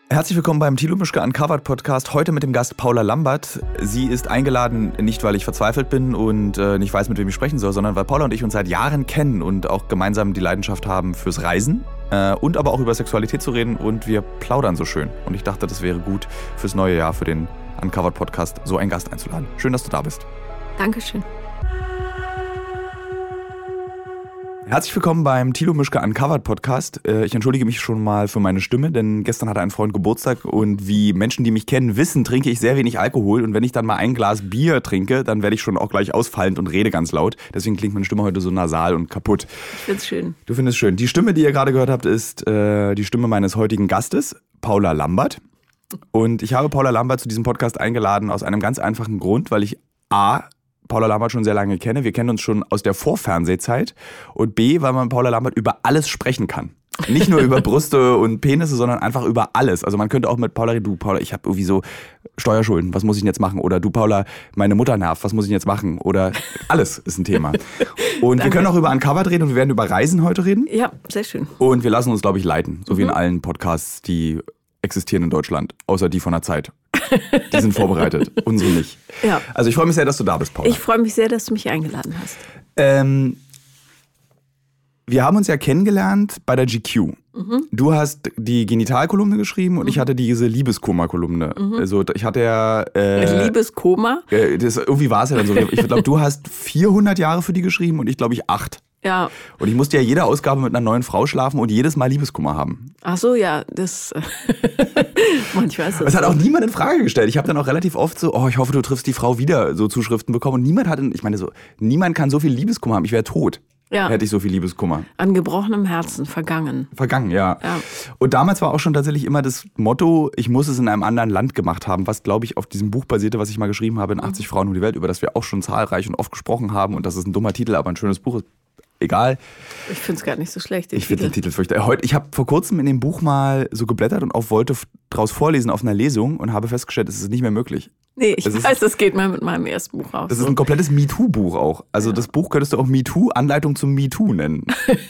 Herzlich willkommen beim Thilo Mischke Uncovered Podcast. Heute mit dem Gast Paula Lambert. Sie ist eingeladen, nicht weil ich verzweifelt bin und nicht weiß, mit wem ich sprechen soll, sondern weil Paula und ich uns seit Jahren kennen und auch gemeinsam die Leidenschaft haben fürs Reisen und aber auch über Sexualität zu reden, und wir plaudern so schön. Und ich dachte, das wäre gut fürs neue Jahr, für den Uncovered Podcast, so einen Gast einzuladen. Schön, dass du da bist. Dankeschön. Herzlich willkommen beim Thilo Mischke Uncovered Podcast. Ich entschuldige mich schon mal für meine Stimme, denn gestern hatte ein Freund Geburtstag und wie Menschen, die mich kennen, wissen, trinke ich sehr wenig Alkohol, und wenn ich dann mal ein Glas Bier trinke, dann werde ich schon auch gleich ausfallend und rede ganz laut. Deswegen klingt meine Stimme heute so nasal und kaputt. Ich finde es schön. Du findest es schön. Die Stimme, die ihr gerade gehört habt, ist die Stimme meines heutigen Gastes, Paula Lambert. Und ich habe Paula Lambert zu diesem Podcast eingeladen aus einem ganz einfachen Grund, weil ich Paula Lambert schon sehr lange kenne. Wir kennen uns schon aus der Vorfernsehzeit. Und B, weil man mit Paula Lambert über alles sprechen kann. Nicht nur über Brüste und Penisse, sondern einfach über alles. Also man könnte auch mit Paula reden, du Paula, ich habe irgendwie so Steuerschulden, was muss ich denn jetzt machen? Oder du Paula, meine Mutter nervt, was muss ich denn jetzt machen? Oder alles ist ein Thema. Und wir können auch über Uncovered reden und wir werden über Reisen heute reden. Ja, sehr schön. Und wir lassen uns, glaube ich, leiten. So wie in allen Podcasts, die existieren in Deutschland. Außer die von der Zeit. Die sind vorbereitet, unsere nicht. Ja. Also ich freue mich sehr, dass du da bist, Paula. Ich freue mich sehr, dass du mich eingeladen hast. Wir haben uns ja kennengelernt bei der GQ. Du hast die Genitalkolumne geschrieben und ich hatte diese Liebeskoma-Kolumne. Also ich hatte ja... Liebeskoma? Irgendwie war es ja dann so. Ich glaube, du hast 400 Jahre für die geschrieben und ich glaube 8. Ja. Und ich musste ja jede Ausgabe mit einer neuen Frau schlafen und jedes Mal Liebeskummer haben. Ach so, ja, das... Manchmal ist das. Das hat auch niemand in Frage gestellt. Ich habe dann auch relativ oft so, ich hoffe, du triffst die Frau wieder, so Zuschriften bekommen. Und niemand kann so viel Liebeskummer haben. Ich wäre tot. Ja. Hätte ich so viel Liebeskummer. An gebrochenem Herzen, vergangen. Vergangen, ja. Und damals war auch schon tatsächlich immer das Motto, ich muss es in einem anderen Land gemacht haben, was, glaube ich, auf diesem Buch basierte, was ich mal geschrieben habe, in 80 Frauen um die Welt, über das wir auch schon zahlreich und oft gesprochen haben. Und das ist ein dummer Titel, aber ein schönes Buch ist. Egal. Ich finde es gar nicht so schlecht. Ich finde den Titel fürchterlich. Ich habe vor kurzem in dem Buch mal so geblättert und auch wollte draus vorlesen auf einer Lesung und habe festgestellt, es ist nicht mehr möglich. Nee, ich weiß, das geht mal mit meinem ersten Buch aus. Das ist ein komplettes MeToo-Buch auch. Also das Buch könntest du auch MeToo, Anleitung zum MeToo nennen.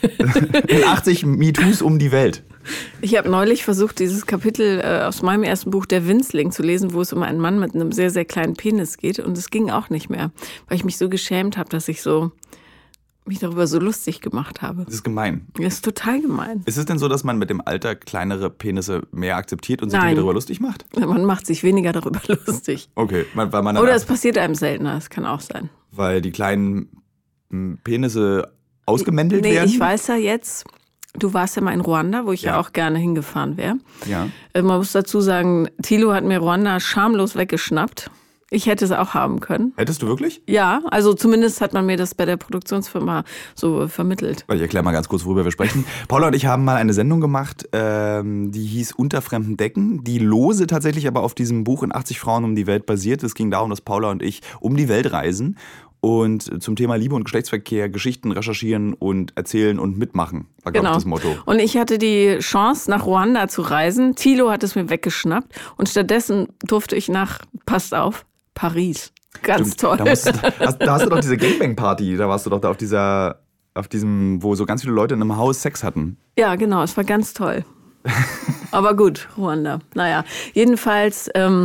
In 80 MeToos um die Welt. Ich habe neulich versucht, dieses Kapitel aus meinem ersten Buch, Der Winzling, zu lesen, wo es um einen Mann mit einem sehr, sehr kleinen Penis geht. Und es ging auch nicht mehr, weil ich mich so geschämt habe, dass ich mich darüber so lustig gemacht habe. Das ist gemein. Das ist total gemein. Ist es denn so, dass man mit dem Alter kleinere Penisse mehr akzeptiert und sich darüber lustig macht? Man macht sich weniger darüber lustig. Okay. Oder es passiert einem seltener, das kann auch sein. Weil die kleinen Penisse ausgemändelt werden? Nee, ich weiß ja jetzt, du warst ja mal in Ruanda, wo ich ja auch gerne hingefahren wäre. Ja. Man muss dazu sagen, Thilo hat mir Ruanda schamlos weggeschnappt. Ich hätte es auch haben können. Hättest du wirklich? Ja, also zumindest hat man mir das bei der Produktionsfirma so vermittelt. Ich erkläre mal ganz kurz, worüber wir sprechen. Paula und ich haben mal eine Sendung gemacht, die hieß Unter fremden Decken, die lose tatsächlich aber auf diesem Buch in 80 Frauen um die Welt basiert. Es ging darum, dass Paula und ich um die Welt reisen und zum Thema Liebe und Geschlechtsverkehr Geschichten recherchieren und erzählen und mitmachen, war, glaube ich, das Motto. Und ich hatte die Chance, nach Ruanda zu reisen. Thilo hat es mir weggeschnappt und stattdessen durfte ich passt auf, Paris. Ganz toll. Da hast du doch diese Gangbang-Party, da warst du doch da auf diesem, wo so ganz viele Leute in einem Haus Sex hatten. Ja, genau, es war ganz toll. Aber gut, Ruanda. Naja, jedenfalls,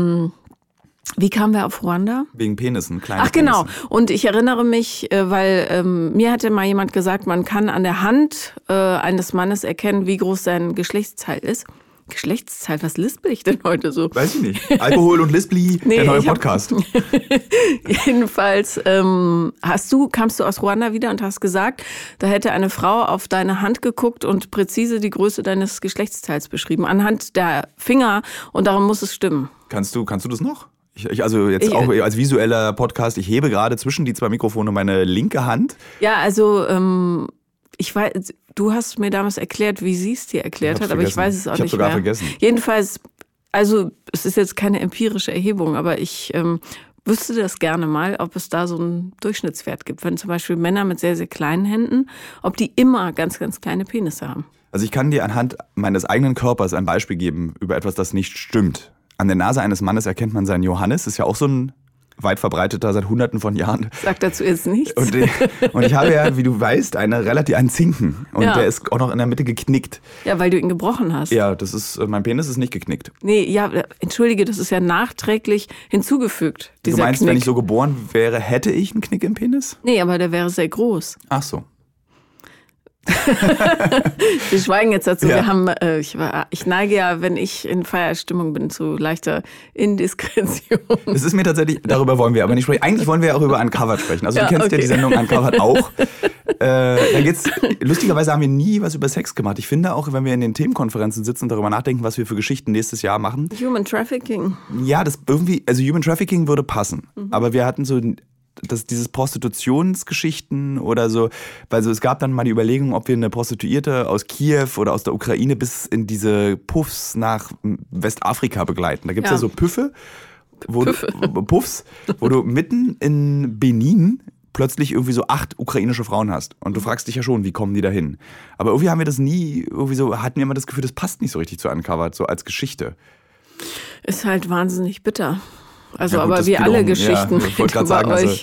wie kamen wir auf Ruanda? Wegen Penissen, kleine Ach genau, Penissen. Und ich erinnere mich, weil mir hatte mal jemand gesagt, man kann an der Hand eines Mannes erkennen, wie groß sein Geschlechtsteil ist. Geschlechtsteil, was lispel ich denn heute so? Weiß ich nicht. Alkohol und Lispli, der neue Podcast. Jedenfalls kamst du aus Ruanda wieder und hast gesagt, da hätte eine Frau auf deine Hand geguckt und präzise die Größe deines Geschlechtsteils beschrieben, anhand der Finger, und darum muss es stimmen. Kannst du das noch? Also jetzt auch als visueller Podcast, ich hebe gerade zwischen die zwei Mikrofone meine linke Hand. Ja, also ich weiß, du hast mir damals erklärt, wie sie es dir erklärt hat, aber ich weiß es auch nicht mehr. Ich habe sogar vergessen. Jedenfalls, also es ist jetzt keine empirische Erhebung, aber ich wüsste das gerne mal, ob es da so einen Durchschnittswert gibt. Wenn zum Beispiel Männer mit sehr, sehr kleinen Händen, ob die immer ganz, ganz kleine Penisse haben. Also ich kann dir anhand meines eigenen Körpers ein Beispiel geben über etwas, das nicht stimmt. An der Nase eines Mannes erkennt man seinen Johannes, ist ja auch so ein weit verbreiteter seit Hunderten von Jahren. Sag dazu jetzt nichts. Und ich habe ja, wie du weißt, einen Zinken. Und der ist auch noch in der Mitte geknickt. Ja, weil du ihn gebrochen hast. Ja, mein Penis ist nicht geknickt. Nee, ja, entschuldige, das ist ja nachträglich hinzugefügt, dieser Du meinst, Knick. Wenn ich so geboren wäre, hätte ich einen Knick im Penis? Nee, aber der wäre sehr groß. Ach so. Wir schweigen jetzt dazu. Ja. Wir haben, ich neige ja, wenn ich in Feierstimmung bin, zu leichter Indiskretion. Es ist mir tatsächlich, darüber wollen wir aber nicht sprechen. Eigentlich wollen wir ja auch über Uncovered sprechen. Also du kennst ja die Sendung Uncovered auch. Lustigerweise haben wir nie was über Sex gemacht. Ich finde auch, wenn wir in den Themenkonferenzen sitzen und darüber nachdenken, was wir für Geschichten nächstes Jahr machen. Human Trafficking. Ja, das irgendwie, also Human Trafficking würde passen. Aber wir hatten so dieses Prostitutionsgeschichten oder so, weil es gab dann mal die Überlegung, ob wir eine Prostituierte aus Kiew oder aus der Ukraine bis in diese Puffs nach Westafrika begleiten. Da gibt es ja so Puffs, wo du mitten in Benin plötzlich irgendwie so 8 ukrainische Frauen hast. Und du fragst dich ja schon, wie kommen die da hin? Aber irgendwie haben wir das nie, hatten wir immer das Gefühl, das passt nicht so richtig zu Uncovered, so als Geschichte. Ist halt wahnsinnig bitter. Also, ja, gut, aber wie alle Geschichten bei euch.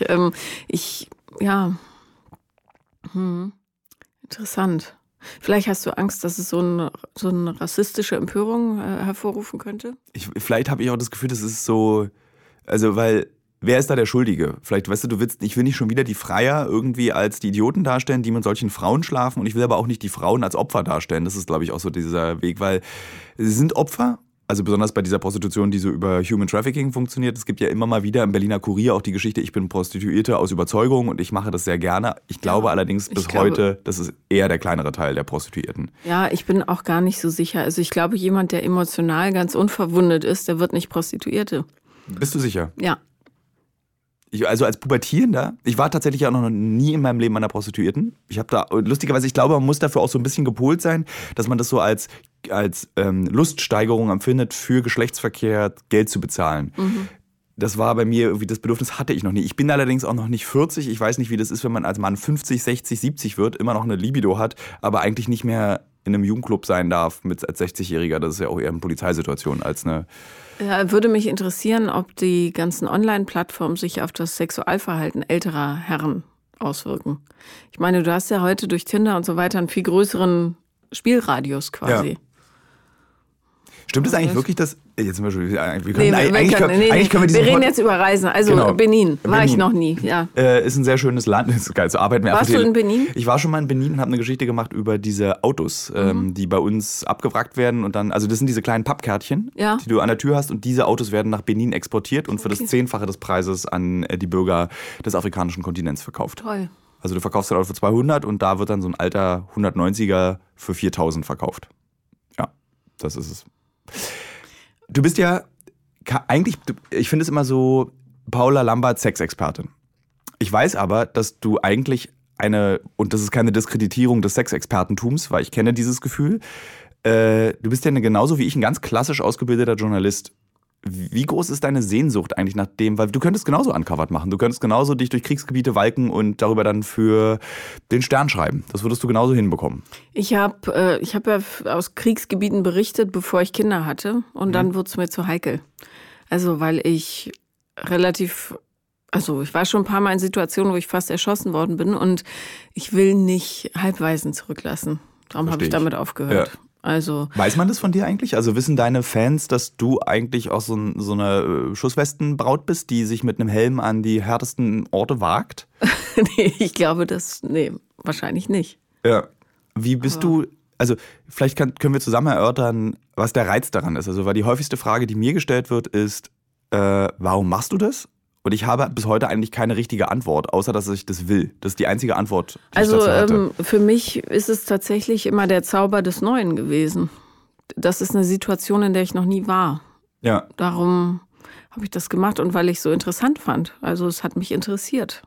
Interessant. Vielleicht hast du Angst, dass es so eine rassistische Empörung hervorrufen könnte? Vielleicht habe ich auch das Gefühl, das ist so, also weil, wer ist da der Schuldige? Vielleicht, weißt du, ich will nicht schon wieder die Freier irgendwie als die Idioten darstellen, die mit solchen Frauen schlafen, und ich will aber auch nicht die Frauen als Opfer darstellen. Das ist, glaube ich, auch so dieser Weg, weil sie sind Opfer. Also besonders bei dieser Prostitution, die so über Human Trafficking funktioniert. Es gibt ja immer mal wieder im Berliner Kurier auch die Geschichte, ich bin Prostituierte aus Überzeugung und ich mache das sehr gerne. Ich glaube allerdings heute, das ist eher der kleinere Teil der Prostituierten. Ja, ich bin auch gar nicht so sicher. Also ich glaube, jemand, der emotional ganz unverwundet ist, der wird nicht Prostituierte. Bist du sicher? Ja. Also als Pubertierender, ich war tatsächlich auch noch nie in meinem Leben einer Prostituierten. Lustigerweise, ich glaube, man muss dafür auch so ein bisschen gepolt sein, dass man das so als Luststeigerung empfindet, für Geschlechtsverkehr Geld zu bezahlen. Mhm. Das war bei mir irgendwie, das Bedürfnis hatte ich noch nie. Ich bin allerdings auch noch nicht 40. Ich weiß nicht, wie das ist, wenn man als Mann 50, 60, 70 wird, immer noch eine Libido hat, aber eigentlich nicht mehr in einem Jugendclub sein darf als 60-Jähriger. Das ist ja auch eher eine Polizeisituation als eine... Ja, würde mich interessieren, ob die ganzen Online-Plattformen sich auf das Sexualverhalten älterer Herren auswirken. Ich meine, du hast ja heute durch Tinder und so weiter einen viel größeren Spielradius quasi. Ja. Stimmt es eigentlich wirklich, dass... Jetzt sind wir schon... Wir reden jetzt über Reisen. Also genau. Benin war ich noch nie. Ja. Ist ein sehr schönes Land. Ist geil. So arbeiten wir. Warst du in Benin? Ich war schon mal in Benin und habe eine Geschichte gemacht über diese Autos, die bei uns abgewrackt werden. Und dann, also das sind diese kleinen Pappkärtchen, die du an der Tür hast. Und diese Autos werden nach Benin exportiert und für das 10-fache des Preises an die Bürger des afrikanischen Kontinents verkauft. Toll. Also du verkaufst das Auto für 200 und da wird dann so ein alter 190er für 4.000 verkauft. Ja, das ist es. Du bist ja eigentlich, ich finde es immer so, Paula Lambert, Sexexpertin. Ich weiß aber, dass du eigentlich und das ist keine Diskreditierung des Sexexpertentums, weil ich kenne dieses Gefühl, du bist ja genauso wie ich ein ganz klassisch ausgebildeter Journalist. Wie groß ist deine Sehnsucht eigentlich nach dem, weil du könntest genauso Uncovered machen, du könntest genauso dich durch Kriegsgebiete walken und darüber dann für den Stern schreiben. Das würdest du genauso hinbekommen. Ich hab ja aus Kriegsgebieten berichtet, bevor ich Kinder hatte, und dann wurde es mir zu heikel. Also weil ich ich war schon ein paar Mal in Situationen, wo ich fast erschossen worden bin, und ich will nicht Halbwaisen zurücklassen. Darum habe ich damit aufgehört. Ja. Also, weiß man das von dir eigentlich? Also wissen deine Fans, dass du eigentlich auch so eine Schusswestenbraut bist, die sich mit einem Helm an die härtesten Orte wagt? Ich glaube, wahrscheinlich nicht. Ja. Wie bist du, also vielleicht können wir zusammen erörtern, was der Reiz daran ist. Also weil die häufigste Frage, die mir gestellt wird, ist, warum machst du das? Und ich habe bis heute eigentlich keine richtige Antwort, außer dass ich das will. Das ist die einzige Antwort, die ich dazu hatte. Für mich ist es tatsächlich immer der Zauber des Neuen gewesen. Das ist eine Situation, in der ich noch nie war. Ja. Darum habe ich das gemacht und weil ich es so interessant fand. Also es hat mich interessiert.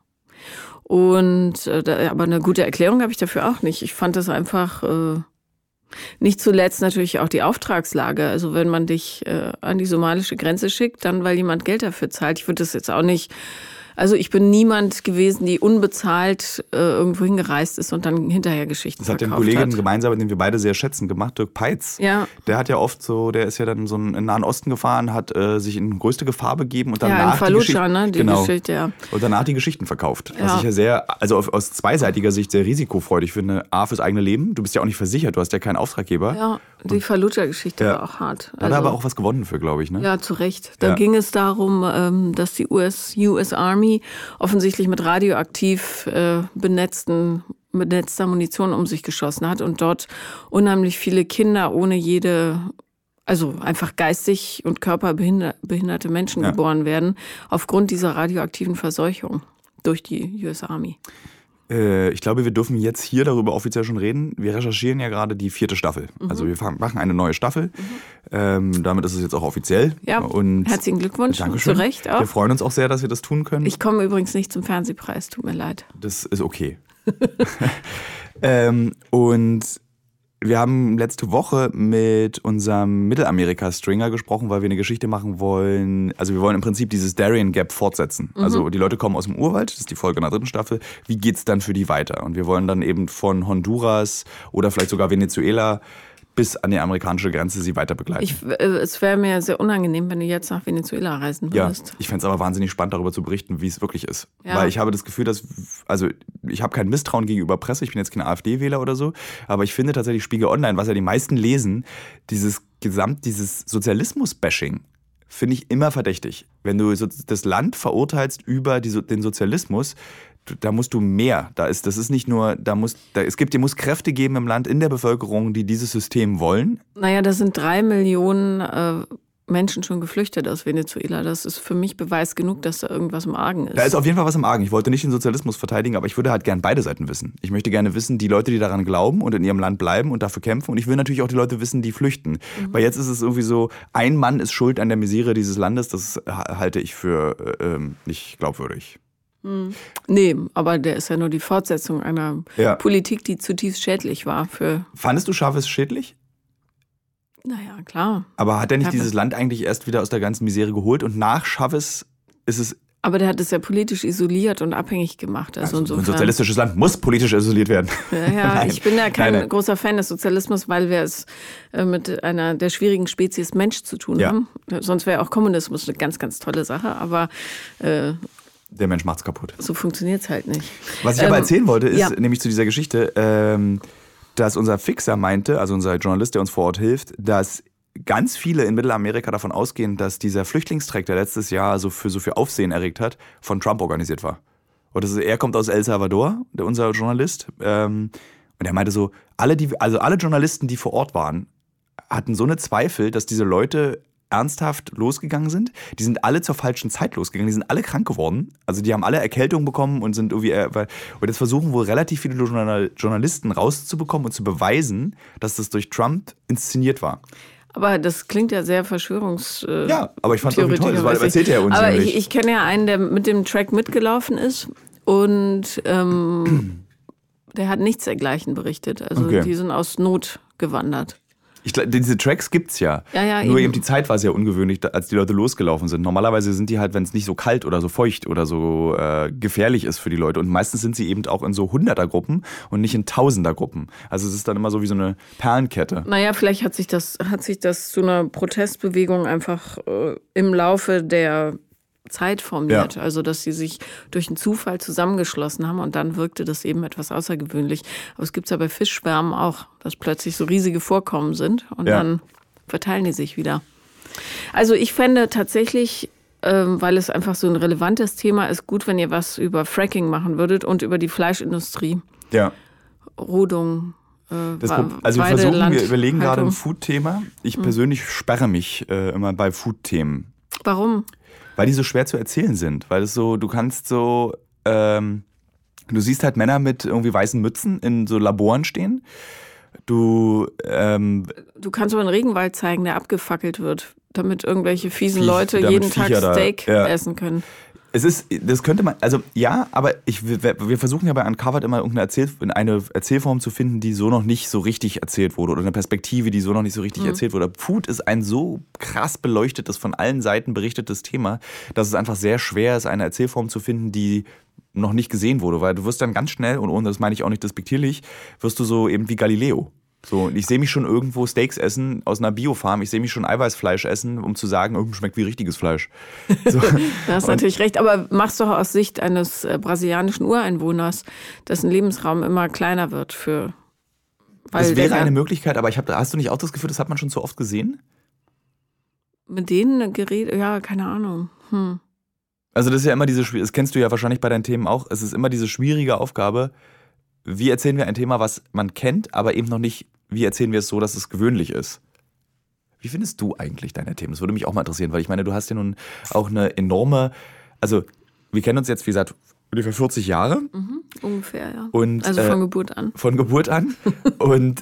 Und aber eine gute Erklärung habe ich dafür auch nicht. Ich fand das einfach... Nicht zuletzt natürlich auch die Auftragslage. Also wenn man dich an die somalische Grenze schickt, dann weil jemand Geld dafür zahlt. Ich würde das jetzt auch nicht Also ich bin niemand gewesen, die unbezahlt irgendwo hingereist ist und dann hinterher Geschichten verkauft hat. Das hat der Kollege gemeinsam, den wir beide sehr schätzen, gemacht, Dirk Peitz. Ja. Der hat ja oft so, der ist ja dann so in den Nahen Osten gefahren, hat sich in größte Gefahr begeben und danach in Fallujah, ne, die Geschichte, ja. Und danach die Geschichten verkauft. Was ich ja sehr, also aus zweiseitiger Sicht sehr risikofreudig finde. A, fürs eigene Leben, du bist ja auch nicht versichert, du hast ja keinen Auftraggeber. Ja, die Fallujah-Geschichte war auch hart. Da hat er aber auch was gewonnen für, glaube ich, ne? Ja, zu Recht. Da ging es darum, dass die US Army offensichtlich mit radioaktiv benetzter Munition um sich geschossen hat und dort unheimlich viele Kinder also einfach geistig und körperbehinderte Menschen geboren werden, aufgrund dieser radioaktiven Verseuchung durch die US Army. Ich glaube, wir dürfen jetzt hier darüber offiziell schon reden. Wir recherchieren ja gerade die 4. Staffel. Also wir machen eine neue Staffel. Damit ist es jetzt auch offiziell. Ja, und herzlichen Glückwunsch. Dankeschön. Zu Recht auch. Wir freuen uns auch sehr, dass wir das tun können. Ich komme übrigens nicht zum Fernsehpreis, tut mir leid. Das ist okay. Und wir haben letzte Woche mit unserem Mittelamerika-Stringer gesprochen, weil wir eine Geschichte machen wollen. Also wir wollen im Prinzip dieses Darien Gap fortsetzen. Also die Leute kommen aus dem Urwald, das ist die Folge in der 3. Staffel. Wie geht's dann für die weiter? Und wir wollen dann eben von Honduras oder vielleicht sogar Venezuela bis an die amerikanische Grenze sie weiter begleiten. Es wäre mir sehr unangenehm, wenn du jetzt nach Venezuela reisen würdest. Ja, ich fände es aber wahnsinnig spannend, darüber zu berichten, wie es wirklich ist. Ja. Weil ich habe das Gefühl, ich habe kein Misstrauen gegenüber Presse, ich bin jetzt kein AfD-Wähler oder so, aber ich finde tatsächlich Spiegel Online, was ja die meisten lesen, dieses Sozialismus-Bashing, finde ich immer verdächtig. Wenn du das Land verurteilst über den Sozialismus, da musst du mehr. Es muss Kräfte geben im Land, in der Bevölkerung, die dieses System wollen. Naja, da sind 3 Millionen Menschen schon geflüchtet aus Venezuela. Das ist für mich Beweis genug, dass da irgendwas im Argen ist. Da ist auf jeden Fall was im Argen. Ich wollte nicht den Sozialismus verteidigen, aber ich würde halt gern beide Seiten wissen. Ich möchte gerne wissen, die Leute, die daran glauben und in ihrem Land bleiben und dafür kämpfen. Und ich will natürlich auch die Leute wissen, die flüchten. Weil jetzt ist es irgendwie so, ein Mann ist schuld an der Misere dieses Landes. Das halte ich für nicht glaubwürdig. Nee, aber der ist ja nur die Fortsetzung einer Politik, die zutiefst schädlich war. Fandest du Chavez schädlich? Naja, klar. Aber hat er nicht dieses Land eigentlich erst wieder aus der ganzen Misere geholt und nach Chavez ist es... Aber der hat es ja politisch isoliert und abhängig gemacht. Also ein sozialistisches Land muss politisch isoliert werden. Ja, ich bin ja kein großer Fan des Sozialismus, weil wir es mit einer der schwierigen Spezies Mensch zu tun haben. Sonst wäre auch Kommunismus eine ganz, ganz tolle Sache, aber... der Mensch macht's kaputt. So funktioniert's halt nicht. Was ich aber erzählen wollte, ist nämlich zu dieser Geschichte, dass unser Fixer meinte, also unser Journalist, der uns vor Ort hilft, dass ganz viele in Mittelamerika davon ausgehen, dass dieser Flüchtlingstreck, der letztes Jahr so für Aufsehen erregt hat, von Trump organisiert war. Und er kommt aus El Salvador, unser Journalist, und er meinte so, alle Journalisten, die vor Ort waren, hatten so eine Zweifel, dass diese Leute ernsthaft losgegangen sind. Die sind alle zur falschen Zeit losgegangen. Die sind alle krank geworden. Also die haben alle Erkältung bekommen und sind irgendwie... Und jetzt versuchen wohl relativ viele Journalisten rauszubekommen und zu beweisen, dass das durch Trump inszeniert war. Aber das klingt ja sehr verschwörungstheoretisch. Ja, aber ich fand es irgendwie toll. Das erzählt er uns. Aber ich kenne ja einen, der mit dem Track mitgelaufen ist und der hat nichts dergleichen berichtet. Also die sind aus Not gewandert. Diese Tracks gibt's ja. Nur eben die Zeit war sehr ungewöhnlich, als die Leute losgelaufen sind. Normalerweise sind die halt, wenn es nicht so kalt oder so feucht oder so gefährlich ist für die Leute. Und meistens sind sie eben auch in so 100er-Gruppen und nicht in 1000er-Gruppen. Also es ist dann immer so wie so eine Perlenkette. Naja, vielleicht hat sich das zu einer Protestbewegung einfach im Laufe der Zeit formiert. Ja. Also, dass sie sich durch einen Zufall zusammengeschlossen haben und dann wirkte das eben etwas außergewöhnlich. Aber es gibt es ja bei Fischschwärmen auch, dass plötzlich so riesige Vorkommen sind und dann verteilen die sich wieder. Also ich fände tatsächlich, weil es einfach so ein relevantes Thema ist, gut, wenn ihr was über Fracking machen würdet und über die Fleischindustrie. Ja. Rodung. Wir überlegen gerade ein Food-Thema. Ich persönlich sperre mich immer bei Food-Themen. Warum? Weil die so schwer zu erzählen sind. Weil es so, du kannst so, du siehst halt Männer mit irgendwie weißen Mützen in so Laboren stehen. Du kannst aber einen Regenwald zeigen, der abgefackelt wird, damit irgendwelche fiesen Leute jeden Tag Steak essen können. Das könnte man, also ja, aber wir versuchen ja bei Uncovered immer eine Erzählform zu finden, die so noch nicht so richtig erzählt wurde oder eine Perspektive, die so noch nicht so richtig erzählt wurde. Food ist ein so krass beleuchtetes, von allen Seiten berichtetes Thema, dass es einfach sehr schwer ist, eine Erzählform zu finden, die noch nicht gesehen wurde, weil du wirst dann ganz schnell, und das meine ich auch nicht despektierlich, wirst du so eben wie Galileo. So, und ich sehe mich schon irgendwo Steaks essen aus einer Biofarm. Ich sehe mich schon Eiweißfleisch essen, um zu sagen, schmeckt wie richtiges Fleisch. So. Du hast natürlich recht, aber machst doch aus Sicht eines brasilianischen Ureinwohners, dessen Lebensraum immer kleiner wird Das wäre eine Möglichkeit, aber hast du nicht auch das Gefühl, das hat man schon so oft gesehen? Mit denen geredet? Ja, keine Ahnung. Also das ist ja immer das kennst du ja wahrscheinlich bei deinen Themen auch, es ist immer diese schwierige Aufgabe, wie erzählen wir ein Thema, was man kennt, aber eben noch nicht, wie erzählen wir es so, dass es gewöhnlich ist? Wie findest du eigentlich deine Themen? Das würde mich auch mal interessieren, weil ich meine, du hast ja nun auch eine enorme, also wir kennen uns jetzt, wie gesagt, ungefähr 40 Jahre. Ungefähr, ja. Und, also von Geburt an. Von Geburt an. Und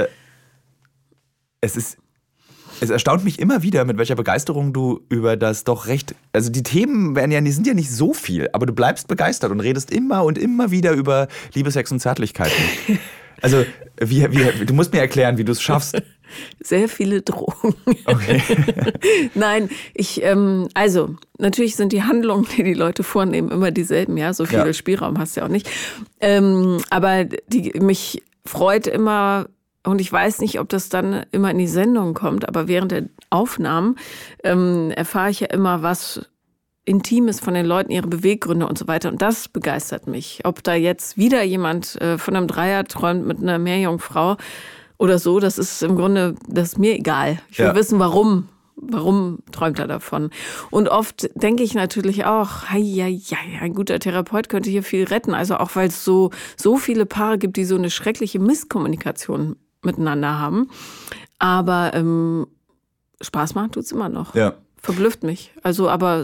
es erstaunt mich immer wieder, mit welcher Begeisterung du über das doch recht, also die Themen sind ja nicht so viel, aber du bleibst begeistert und redest immer und immer wieder über Liebe, Sex und Zärtlichkeiten. Also du musst mir erklären, wie du es schaffst. Sehr viele Drohungen. Okay. Nein, also natürlich sind die Handlungen, die die Leute vornehmen, immer dieselben, ja, so viel Spielraum hast du ja auch nicht. Aber mich freut immer, und ich weiß nicht, ob das dann immer in die Sendung kommt, aber während der Aufnahmen erfahre ich ja immer was Intimes von den Leuten, ihre Beweggründe und so weiter. Und das begeistert mich. Ob da jetzt wieder jemand von einem Dreier träumt mit einer Meerjungfrau oder so, das ist im Grunde, das ist mir egal. Ich will wissen, warum. Warum träumt er davon? Und oft denke ich natürlich auch, ein guter Therapeut könnte hier viel retten. Also auch, weil es so viele Paare gibt, die so eine schreckliche Misskommunikation miteinander haben. Aber Spaß machen tut's immer noch. Ja. Verblüfft mich. Also, aber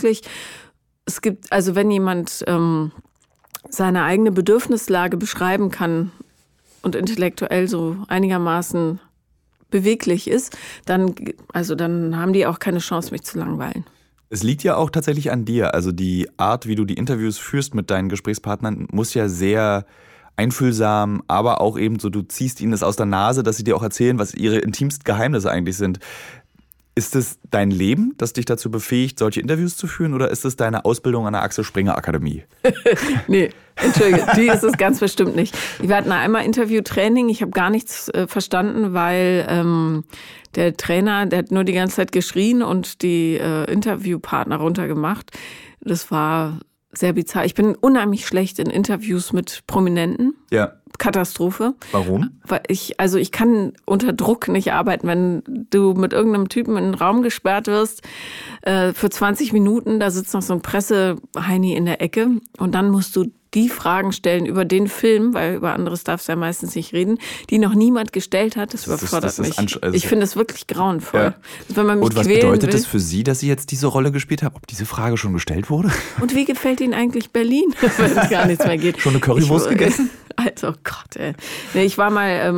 es gibt, also wenn jemand seine eigene Bedürfnislage beschreiben kann und intellektuell so einigermaßen beweglich ist, dann haben die auch keine Chance, mich zu langweilen. Es liegt ja auch tatsächlich an dir. Also die Art, wie du die Interviews führst mit deinen Gesprächspartnern, muss ja sehr einfühlsam, aber auch eben so, du ziehst ihnen das aus der Nase, dass sie dir auch erzählen, was ihre intimsten Geheimnisse eigentlich sind. Ist es dein Leben, das dich dazu befähigt, solche Interviews zu führen, oder ist es deine Ausbildung an der Axel Springer Akademie? Nee, Entschuldige, die ist es ganz bestimmt nicht. Wir hatten einmal Interviewtraining, ich habe gar nichts verstanden, weil der Trainer, der hat nur die ganze Zeit geschrien und die Interviewpartner runtergemacht. Das war sehr bizarr. Ich bin unheimlich schlecht in Interviews mit Prominenten. Ja. Katastrophe. Warum? Weil ich kann unter Druck nicht arbeiten, wenn du mit irgendeinem Typen in einen Raum gesperrt wirst für 20 Minuten, da sitzt noch so ein Presseheini in der Ecke und dann musst du die Fragen stellen über den Film, weil über anderes darfst du ja meistens nicht reden, die noch niemand gestellt hat. Das überfordert mich. Ich finde es wirklich grauenvoll. Ja. Wenn man mich und was bedeutet das für Sie, dass Sie jetzt diese Rolle gespielt haben? Ob diese Frage schon gestellt wurde? Und wie gefällt Ihnen eigentlich Berlin, wenn es gar nichts mehr geht? Schon eine Currywurst gegessen? Also Gott, ey. Nee, ich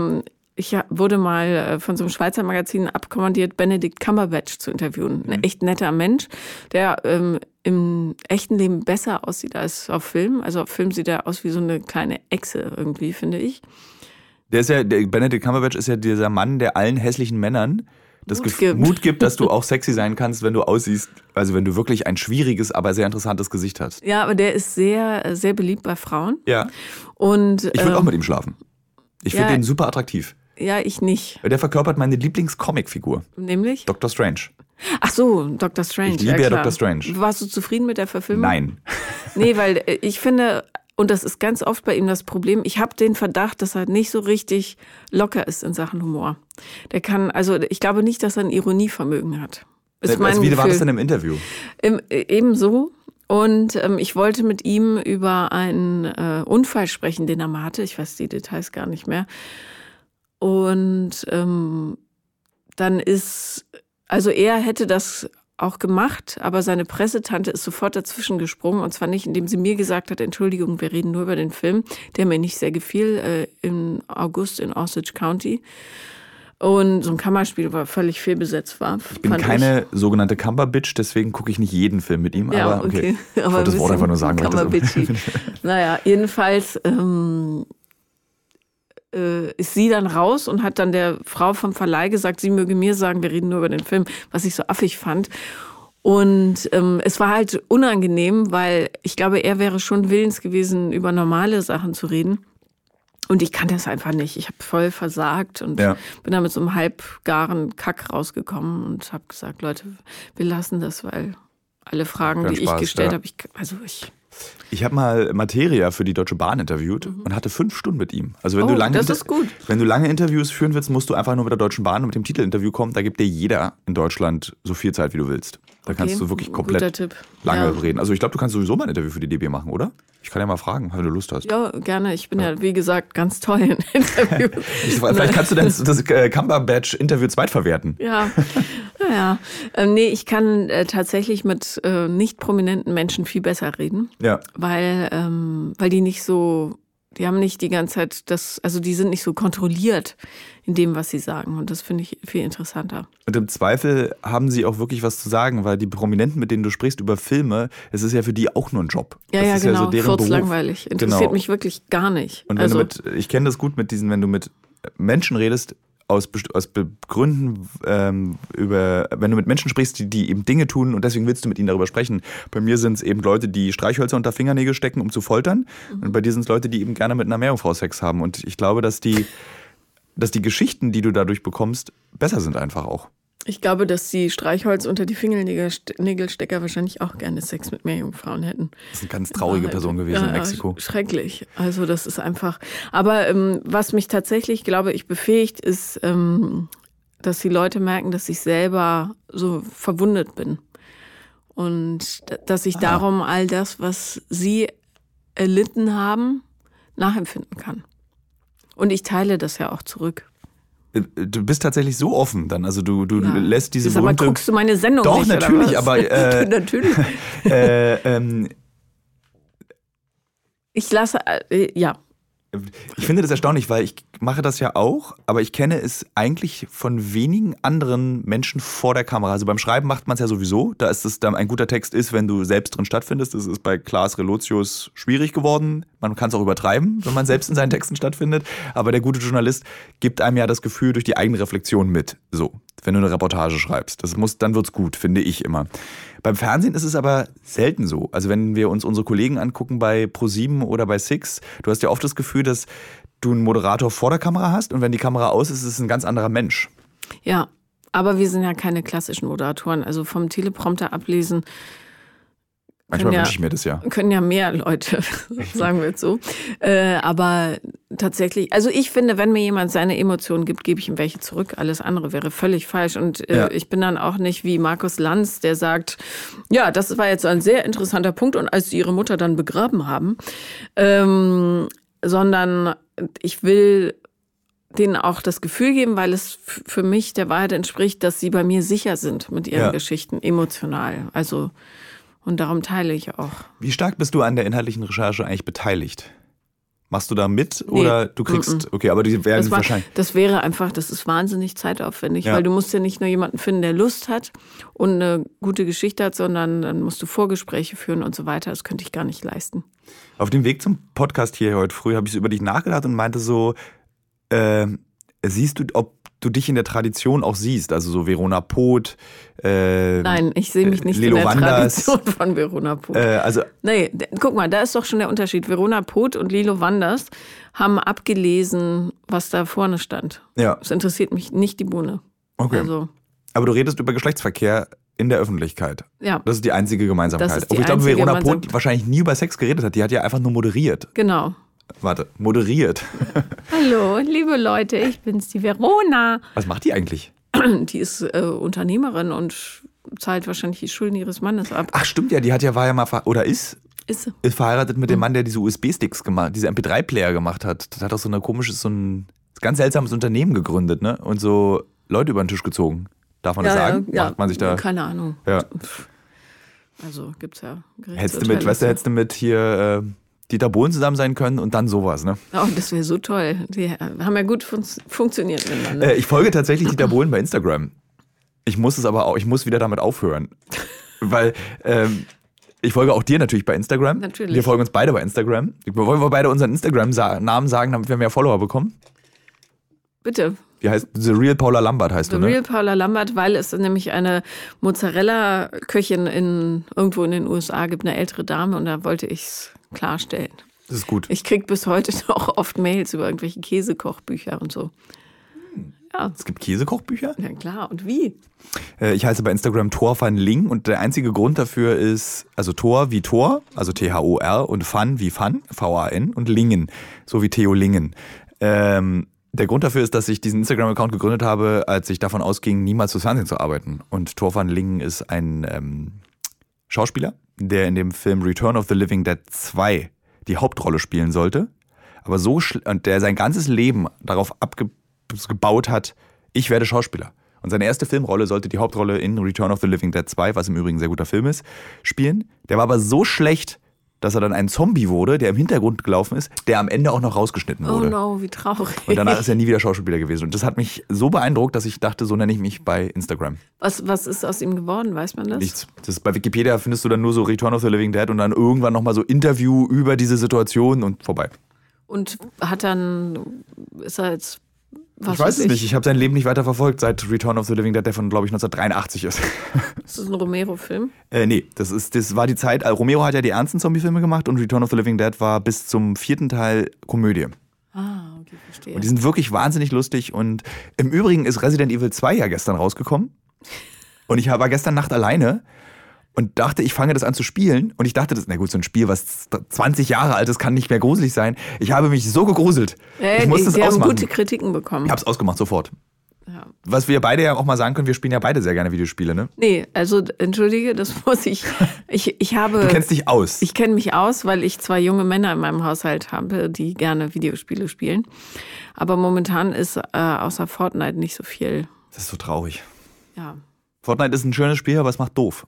wurde mal von so einem Schweizer Magazin abkommandiert, Benedict Cumberbatch zu interviewen. Ein echt netter Mensch, der im echten Leben besser aussieht als auf Film. Also auf Film sieht er aus wie so eine kleine Echse irgendwie, finde ich. Der Benedict Cumberbatch ist ja dieser Mann, der allen hässlichen Männern Mut gibt, dass du auch sexy sein kannst, wenn du aussiehst, also wenn du wirklich ein schwieriges, aber sehr interessantes Gesicht hast. Ja, aber der ist sehr, sehr beliebt bei Frauen. Ja. Und ich würde auch mit ihm schlafen. Ich finde ihn super attraktiv. Ja, ich nicht. Der verkörpert meine Lieblings-Comic-Figur. Nämlich? Dr. Strange. Ach so, Dr. Strange. Ich liebe ja Dr. Strange. Warst du zufrieden mit der Verfilmung? Nein. Nee, weil ich finde, und das ist ganz oft bei ihm das Problem, ich habe den Verdacht, dass er nicht so richtig locker ist in Sachen Humor. Ich glaube nicht, dass er ein Ironievermögen hat. Wie war das denn im Interview? Ebenso. Und ich wollte mit ihm über einen Unfall sprechen, den er mal hatte. Ich weiß die Details gar nicht mehr. Und dann er hätte das auch gemacht, aber seine Pressetante ist sofort dazwischen gesprungen. Und zwar nicht, indem sie mir gesagt hat, Entschuldigung, wir reden nur über den Film, der mir nicht sehr gefiel, im August in Osage County. Und so ein Kammerspiel war völlig fehlbesetzt war. Ich bin keine sogenannte Kammerbitch, deswegen gucke ich nicht jeden Film mit ihm. Ja, aber okay. Ich wollte das Wort einfach nur sagen. Naja, jedenfalls ist sie dann raus und hat dann der Frau vom Verleih gesagt, sie möge mir sagen, wir reden nur über den Film, was ich so affig fand. Und es war halt unangenehm, weil ich glaube, er wäre schon willens gewesen, über normale Sachen zu reden. Und ich kann das einfach nicht. Ich habe voll versagt und bin da mit so einem halbgaren Kack rausgekommen und habe gesagt, Leute, wir lassen das, weil alle Fragen, die ich gestellt habe, ich habe mal Materia für die Deutsche Bahn interviewt und hatte 5 Stunden mit ihm. Also wenn das ist gut. Wenn du lange Interviews führen willst, musst du einfach nur mit der Deutschen Bahn und mit dem Titelinterview kommen. Da gibt dir jeder in Deutschland so viel Zeit, wie du willst. Da kannst du wirklich komplett lange reden. Also ich glaube, du kannst sowieso mal ein Interview für die DB machen, oder? Ich kann ja mal fragen, wenn du Lust hast. Ja, gerne. Ich bin ja wie gesagt, ganz toll in Interviews. Vielleicht kannst du das Cumberbatch-Interview zweitverwerten. Ja, naja. Nee, ich kann tatsächlich mit nicht prominenten Menschen viel besser reden. Ja. Weil die nicht so, die haben nicht die ganze Zeit die sind nicht so kontrolliert in dem, was sie sagen. Und das finde ich viel interessanter. Und im Zweifel haben sie auch wirklich was zu sagen, weil die Prominenten, mit denen du sprichst über Filme, es ist ja für die auch nur ein Job. Ja, das ist genau. Ja so deren Beruf. Langweilig. Interessiert mich wirklich gar nicht. Und ich kenne das gut mit diesen, wenn du mit Menschen redest, aus Gründen, wenn du mit Menschen sprichst, die eben Dinge tun und deswegen willst du mit ihnen darüber sprechen. Bei mir sind es eben Leute, die Streichhölzer unter Fingernägel stecken, um zu foltern. Und bei dir sind es Leute, die eben gerne mit einer Meerjungfrau Sex haben. Und ich glaube, dass die Geschichten, die du dadurch bekommst, besser sind einfach auch. Ich glaube, dass die Streichholz unter die Fingernägelstecker wahrscheinlich auch gerne Sex mit Meerjungfrauen hätten. Das ist eine ganz traurige Person gewesen in Mexiko. Schrecklich. Also das ist einfach. Aber was mich tatsächlich, glaube ich, befähigt, ist, dass die Leute merken, dass ich selber so verwundet bin. Und dass ich darum all das, was sie erlitten haben, nachempfinden kann. Und ich teile das ja auch zurück. Du bist tatsächlich so offen dann, also du lässt diese berühmte... Aber guckst du meine Sendung Doch, nicht, natürlich, oder was? aber... natürlich. Ich lasse... ja. Ich finde das erstaunlich, weil ich mache das ja auch, aber ich kenne es eigentlich von wenigen anderen Menschen vor der Kamera. Also beim Schreiben macht man es ja sowieso, da ist es dann ein guter Text ist, wenn du selbst drin stattfindest. Das ist bei Klaas Relotius schwierig geworden. Man kann es auch übertreiben, wenn man selbst in seinen Texten stattfindet. Aber der gute Journalist gibt einem ja das Gefühl durch die eigene Reflexion mit. So, wenn du eine Reportage schreibst. Dann wird's gut, finde ich immer. Beim Fernsehen ist es aber selten so. Also wenn wir uns unsere Kollegen angucken bei ProSieben oder bei Six, du hast ja oft das Gefühl, dass du einen Moderator vor der Kamera hast und wenn die Kamera aus ist, ist es ein ganz anderer Mensch. Ja, aber wir sind ja keine klassischen Moderatoren. Also vom Teleprompter ablesen. Manchmal wünsche ich mir das ja. Können ja mehr Leute, sagen wir jetzt so. Aber tatsächlich, also ich finde, wenn mir jemand seine Emotionen gibt, gebe ich ihm welche zurück. Alles andere wäre völlig falsch. Und ich bin dann auch nicht wie Markus Lanz, der sagt, ja, das war jetzt ein sehr interessanter Punkt. Und als sie ihre Mutter dann begraben haben, sondern ich will denen auch das Gefühl geben, weil es für mich der Wahrheit entspricht, dass sie bei mir sicher sind mit ihren Geschichten, emotional. Also und darum teile ich auch. Wie stark bist du an der inhaltlichen Recherche eigentlich beteiligt? Machst du da mit oder du kriegst, okay, aber die werden wahrscheinlich... Das wäre einfach, das ist wahnsinnig zeitaufwendig, weil du musst ja nicht nur jemanden finden, der Lust hat und eine gute Geschichte hat, sondern dann musst du Vorgespräche führen und so weiter. Das könnte ich gar nicht leisten. Auf dem Weg zum Podcast hier heute früh habe ich über dich nachgedacht und meinte so, siehst du, ob du dich in der Tradition auch siehst, also so Verona Poth. Nein, ich sehe mich nicht Lilo in der Wanders. Tradition von Verona Poth. Nee, guck mal, da ist doch schon der Unterschied. Verona Poth und Lilo Wanders haben abgelesen, was da vorne stand. Ja. Das interessiert mich nicht die Bohne. Okay. Also. Aber du redest über Geschlechtsverkehr in der Öffentlichkeit. Ja. Das ist die einzige Gemeinsamkeit. Ich glaube, Verona Poth wahrscheinlich nie über Sex geredet hat. Die hat ja einfach nur moderiert. Genau. Warte, moderiert. Hallo, liebe Leute, ich bin's, die Verona. Was macht die eigentlich? Die ist Unternehmerin und zahlt wahrscheinlich die Schulden ihres Mannes ab. Ach stimmt ja, war ja mal ist verheiratet mit dem Mann, der diese USB-Sticks gemacht, diese MP3-Player gemacht hat. Das hat auch so ein ganz seltsames Unternehmen gegründet, ne? Und so Leute über den Tisch gezogen. Darf man das sagen? Ja, macht man sich da? Keine Ahnung. Ja. Also gibt's ja Hättest du mit hier Dieter Bohlen zusammen sein können und dann sowas, ne? Oh, das wäre so toll. Die haben ja gut funktioniert miteinander. Ich folge tatsächlich Dieter Bohlen bei Instagram. Ich muss wieder damit aufhören. Weil ich folge auch dir natürlich bei Instagram. Natürlich. Wir folgen uns beide bei Instagram. Wollen wir beide unseren Instagram-Namen sagen, damit wir mehr Follower bekommen? Bitte. Wie heißt The Real Paula Lambert heißt du, ne? The Real Paula Lambert, weil es nämlich eine Mozzarella-Köchin irgendwo in den USA gibt, eine ältere Dame, und da wollte ich es klarstellen. Das ist gut. Ich kriege bis heute noch oft Mails über irgendwelche Käsekochbücher und so. Ja. Es gibt Käsekochbücher? Ja klar, und wie? Ich heiße bei Instagram Thor van Ling und der einzige Grund dafür ist, also Thor wie Thor, also Thor, und Van wie Van, V-A-N, und Lingen, so wie Theo Lingen. Der Grund dafür ist, dass ich diesen Instagram-Account gegründet habe, als ich davon ausging, niemals fürs Fernsehen zu arbeiten. Und Thor van Lingen ist ein Schauspieler, der in dem Film Return of the Living Dead 2 die Hauptrolle spielen sollte, aber und der sein ganzes Leben darauf gebaut hat, ich werde Schauspieler. Und seine erste Filmrolle sollte die Hauptrolle in Return of the Living Dead 2, was im Übrigen ein sehr guter Film ist, spielen. Der war aber so schlecht, dass er dann ein Zombie wurde, der im Hintergrund gelaufen ist, der am Ende auch noch rausgeschnitten wurde. Oh no, wie traurig. Und danach ist er nie wieder Schauspieler gewesen. Und das hat mich so beeindruckt, dass ich dachte, so nenne ich mich bei Instagram. Was ist aus ihm geworden, weiß man das? Nichts. Bei Wikipedia findest du dann nur so Return of the Living Dead und dann irgendwann nochmal so Interview über diese Situation und vorbei. Und ist er jetzt... Ich weiß es nicht. Ich habe sein Leben nicht weiter verfolgt seit Return of the Living Dead, der von, glaube ich, 1983 ist. Ist das ein Romero-Film? Nee, das war die Zeit. Romero hat ja die ernsten Zombie-Filme gemacht und Return of the Living Dead war bis zum 4. Teil Komödie. Ah, okay, verstehe. Und die sind wirklich wahnsinnig lustig. Und im Übrigen ist Resident Evil 2 ja gestern rausgekommen. Und ich war gestern Nacht alleine und dachte, ich fange das an zu spielen. Und ich dachte, so ein Spiel, was 20 Jahre alt ist, kann nicht mehr gruselig sein. Ich habe mich so gegruselt. Ich musste es ausmachen. Wir haben gute Kritiken bekommen. Ich habe es ausgemacht, sofort. Ja. Was wir beide ja auch mal sagen können, wir spielen ja beide sehr gerne Videospiele, ne? Nee, also entschuldige, das muss ich. Du kennst dich aus. Ich kenne mich aus, weil ich 2 junge Männer in meinem Haushalt habe, die gerne Videospiele spielen. Aber momentan ist außer Fortnite nicht so viel. Das ist so traurig. Ja. Fortnite ist ein schönes Spiel, aber es macht doof.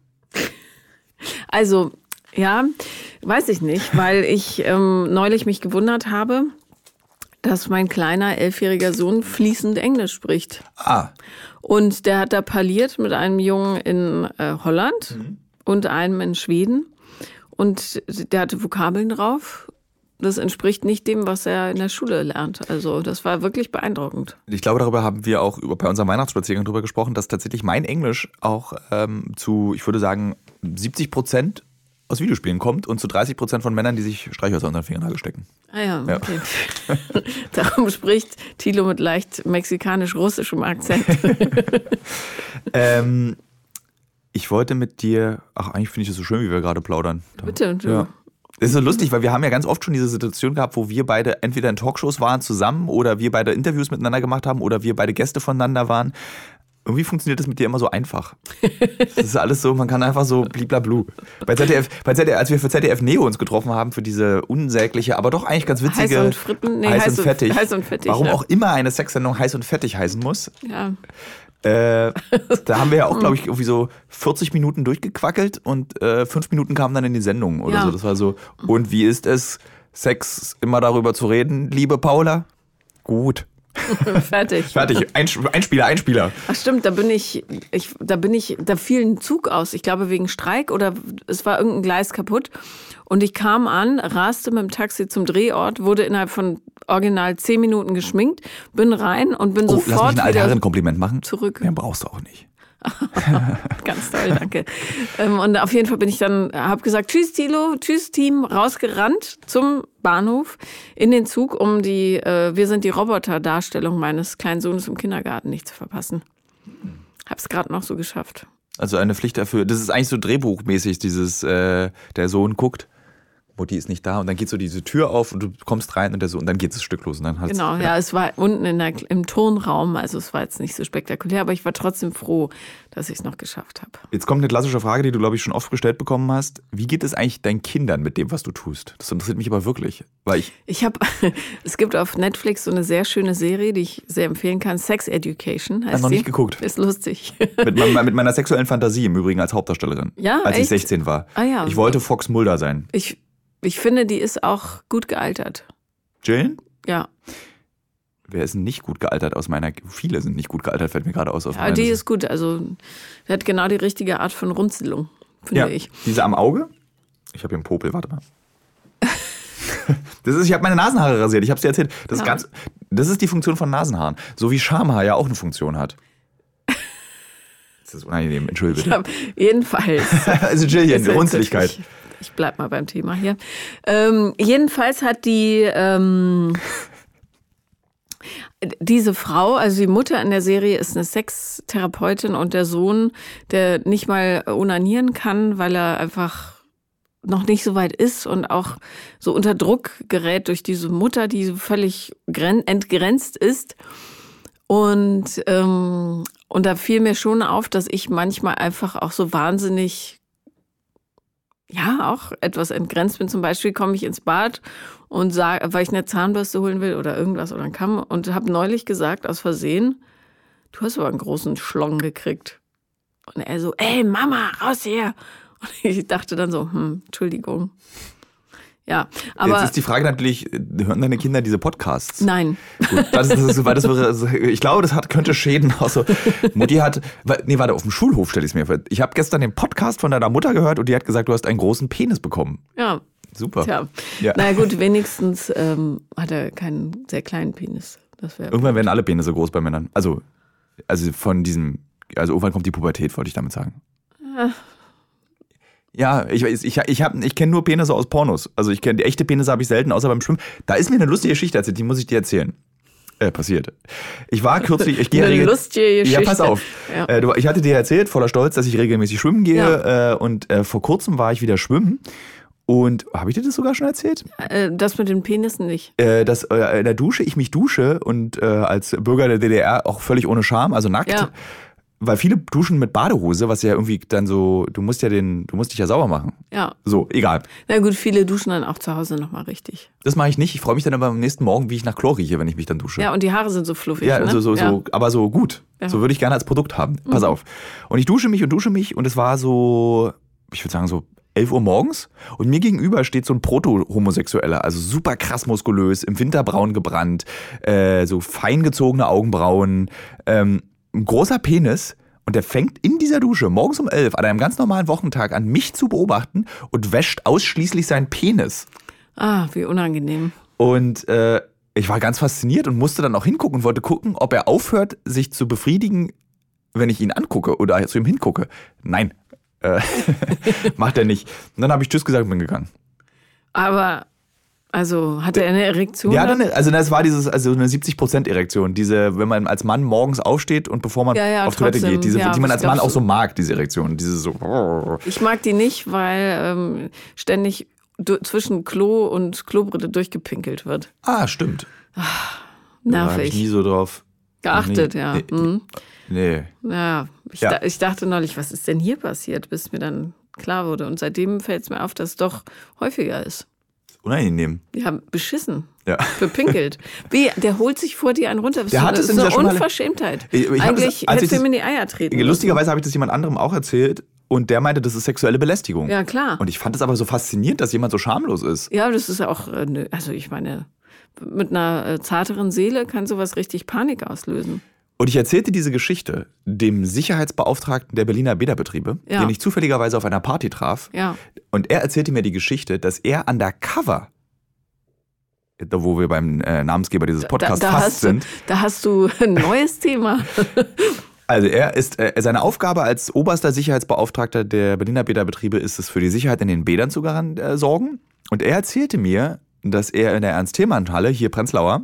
Also, ja, weiß ich nicht, weil ich neulich mich gewundert habe, dass mein kleiner 11-jähriger Sohn fließend Englisch spricht. Ah. Und der hat da parliert mit einem Jungen in Holland und einem in Schweden. Und der hatte Vokabeln drauf. Das entspricht nicht dem, was er in der Schule lernt. Also das war wirklich beeindruckend. Ich glaube, darüber haben wir auch bei unserem Weihnachtsspaziergang drüber gesprochen, dass tatsächlich mein Englisch auch zu, ich würde sagen, 70% aus Videospielen kommt und zu 30% von Männern, die sich Streichhölzer unter den Fingernagel stecken. Ah ja, okay. Ja. Darum spricht Thilo mit leicht mexikanisch-russischem Akzent. Ich wollte mit dir, eigentlich finde ich das so schön, wie wir gerade plaudern. Bitte, du. Ja. Das ist so lustig, weil wir haben ja ganz oft schon diese Situation gehabt, wo wir beide entweder in Talkshows waren zusammen oder wir beide Interviews miteinander gemacht haben oder wir beide Gäste voneinander waren. Irgendwie funktioniert das mit dir immer so einfach. Das ist alles so, man kann einfach so bliblablu. Bei ZDF, als wir für ZDF Neo uns getroffen haben, für diese unsägliche, aber doch eigentlich ganz witzige Heiß und fettig. Warum auch immer eine Sexsendung heiß und fettig heißen muss. Ja. Da haben wir ja auch, glaube ich, irgendwie so 40 Minuten durchgequackelt und 5 Minuten kamen dann in die Sendung oder so. Das war so, und wie ist es, Sex immer darüber zu reden, liebe Paula? Gut. Fertig. Einspieler. Ach stimmt, da fiel ein Zug aus. Ich glaube wegen Streik oder es war irgendein Gleis kaputt. Und ich kam an, raste mit dem Taxi zum Drehort, wurde innerhalb von original 10 Minuten geschminkt, bin rein und bin sofort lass mich ein Altherren-Kompliment machen. Zurück. Mehr brauchst du auch nicht. Ganz toll, danke. Und auf jeden Fall bin ich dann, habe gesagt, tschüss Thilo, tschüss Team, rausgerannt zum Bahnhof in den Zug, um die Wir sind die Roboter-Darstellung meines kleinen Sohnes im Kindergarten nicht zu verpassen. Hab's gerade noch so geschafft. Also eine Pflicht dafür, das ist eigentlich so drehbuchmäßig, dieses, der Sohn guckt, Mutti ist nicht da und dann geht so diese Tür auf und du kommst rein und dann geht das Stück los. Und dann genau, ja, es war unten im Turnraum, also es war jetzt nicht so spektakulär, aber ich war trotzdem froh, dass ich es noch geschafft habe. Jetzt kommt eine klassische Frage, die du, glaube ich, schon oft gestellt bekommen hast. Wie geht es eigentlich deinen Kindern mit dem, was du tust? Das interessiert mich aber wirklich. Weil es gibt auf Netflix so eine sehr schöne Serie, die ich sehr empfehlen kann, Sex Education heißt noch nicht geguckt. Ist lustig. Mit meiner sexuellen Fantasie im Übrigen als Hauptdarstellerin. Ja, als echt? ich 16 war. Ah, ja. Ich wollte Fox Mulder sein. Ich finde, die ist auch gut gealtert. Jillian? Ja. Wer ist nicht gut gealtert aus meiner... Viele sind nicht gut gealtert, fällt mir gerade aus. Ja, die ist gut. Also, die hat genau die richtige Art von Runzelung, finde ich. Diese am Auge? Ich habe hier einen Popel, warte mal. Ich habe meine Nasenhaare rasiert, ich habe es dir erzählt. Das ist die Funktion von Nasenhaaren. So wie Schamhaar ja auch eine Funktion hat. Das ist unangenehm, entschuldige bitte. Jedenfalls. Also Jillian, Runzligkeit. Ich bleib mal beim Thema hier. Jedenfalls hat diese Frau, also die Mutter in der Serie, ist eine Sextherapeutin und der Sohn, der nicht mal onanieren kann, weil er einfach noch nicht so weit ist und auch so unter Druck gerät durch diese Mutter, die so völlig entgrenzt ist. Und da fiel mir schon auf, dass ich manchmal einfach auch so wahnsinnig, auch etwas entgrenzt bin. Zum Beispiel komme ich ins Bad und sage, weil ich eine Zahnbürste holen will oder irgendwas oder einen Kamm und habe neulich gesagt, aus Versehen, du hast aber einen großen Schlong gekriegt. Und er so, ey Mama, raus hier. Und ich dachte dann so, Entschuldigung. Ja, aber jetzt ist die Frage natürlich, hören deine Kinder diese Podcasts? Nein. Gut, ich glaube, könnte Schäden aus so. Mutti hat, auf dem Schulhof stelle ich es mir vor. Ich habe gestern den Podcast von deiner Mutter gehört und die hat gesagt, du hast einen großen Penis bekommen. Ja. Super. Tja. Ja. Na gut, wenigstens hat er keinen sehr kleinen Penis. Irgendwann werden alle Penisse groß bei Männern. Also von diesem, irgendwann kommt die Pubertät, wollte ich damit sagen. Ja, ich kenne nur Penisse aus Pornos. Also die echte Penisse habe ich selten, außer beim Schwimmen. Da ist mir eine lustige Geschichte erzählt, die muss ich dir erzählen. Passiert. Ich war kürzlich, lustige Geschichte. Ja, pass auf. Ja. Ich hatte dir erzählt, voller Stolz, dass ich regelmäßig schwimmen gehe. Und vor kurzem war ich wieder schwimmen. Und habe ich dir das sogar schon erzählt? Das mit den Penissen nicht. Dass in der Dusche ich mich dusche und als Bürger der DDR auch völlig ohne Scham, also nackt. Ja. Weil viele duschen mit Badehose, was ja irgendwie dann so, du musst dich ja sauber machen. Ja. So, egal. Na gut, viele duschen dann auch zu Hause nochmal richtig. Das mache ich nicht. Ich freue mich dann aber am nächsten Morgen, wie ich nach Chlor rieche, wenn ich mich dann dusche. Ja, und die Haare sind so fluffig. Ja, ne? so, aber so gut. Ja. So würde ich gerne als Produkt haben. Pass auf. Und ich dusche mich und es war so, ich würde sagen so 11 Uhr morgens und mir gegenüber steht so ein Proto-Homosexueller, also super krass muskulös, im Winter braun gebrannt, so fein gezogene Augenbrauen, ein großer Penis und der fängt in dieser Dusche morgens um 11 an einem ganz normalen Wochentag an, mich zu beobachten und wäscht ausschließlich seinen Penis. Ah, wie unangenehm. Und ich war ganz fasziniert und musste dann auch hingucken und wollte gucken, ob er aufhört, sich zu befriedigen, wenn ich ihn angucke oder zu ihm hingucke. Nein, macht er nicht. Und dann habe ich Tschüss gesagt und bin gegangen. Aber... Also, hatte er eine Erektion? Ja, das war eine 70% Erektion. Wenn man als Mann morgens aufsteht und bevor man auf Toilette geht, die man als Mann auch so mag, diese Erektion. Ich mag die nicht, weil ständig zwischen Klo und Klobrille durchgepinkelt wird. Ah, stimmt. Nervig. Da habe ich nie so drauf geachtet, ja. Nee. Ja, ich dachte neulich, was ist denn hier passiert, bis mir dann klar wurde. Und seitdem fällt es mir auf, dass es doch häufiger ist. Unangenehm. Ja, beschissen. Ja. Bepinkelt. Der holt sich vor dir einen runter. Das ist eine Unverschämtheit. Eigentlich hätte ihm in die Eier treten. Lustigerweise habe ich das jemand anderem auch erzählt und der meinte, das ist sexuelle Belästigung. Ja, klar. Und ich fand es aber so faszinierend, dass jemand so schamlos ist. Ja, das ist auch, also ich meine, mit einer zarteren Seele kann sowas richtig Panik auslösen. Und ich erzählte diese Geschichte dem Sicherheitsbeauftragten der Berliner Bäderbetriebe, den ich zufälligerweise auf einer Party traf. Ja. Und er erzählte mir die Geschichte, dass er undercover, da wo wir beim Namensgeber dieses Podcasts sind. Da hast du ein neues Thema. Also seine Aufgabe als oberster Sicherheitsbeauftragter der Berliner Bäderbetriebe ist es, für die Sicherheit in den Bädern zu sorgen. Und er erzählte mir, dass er in der Ernst-Thälmann-Halle, hier Prenzlauer,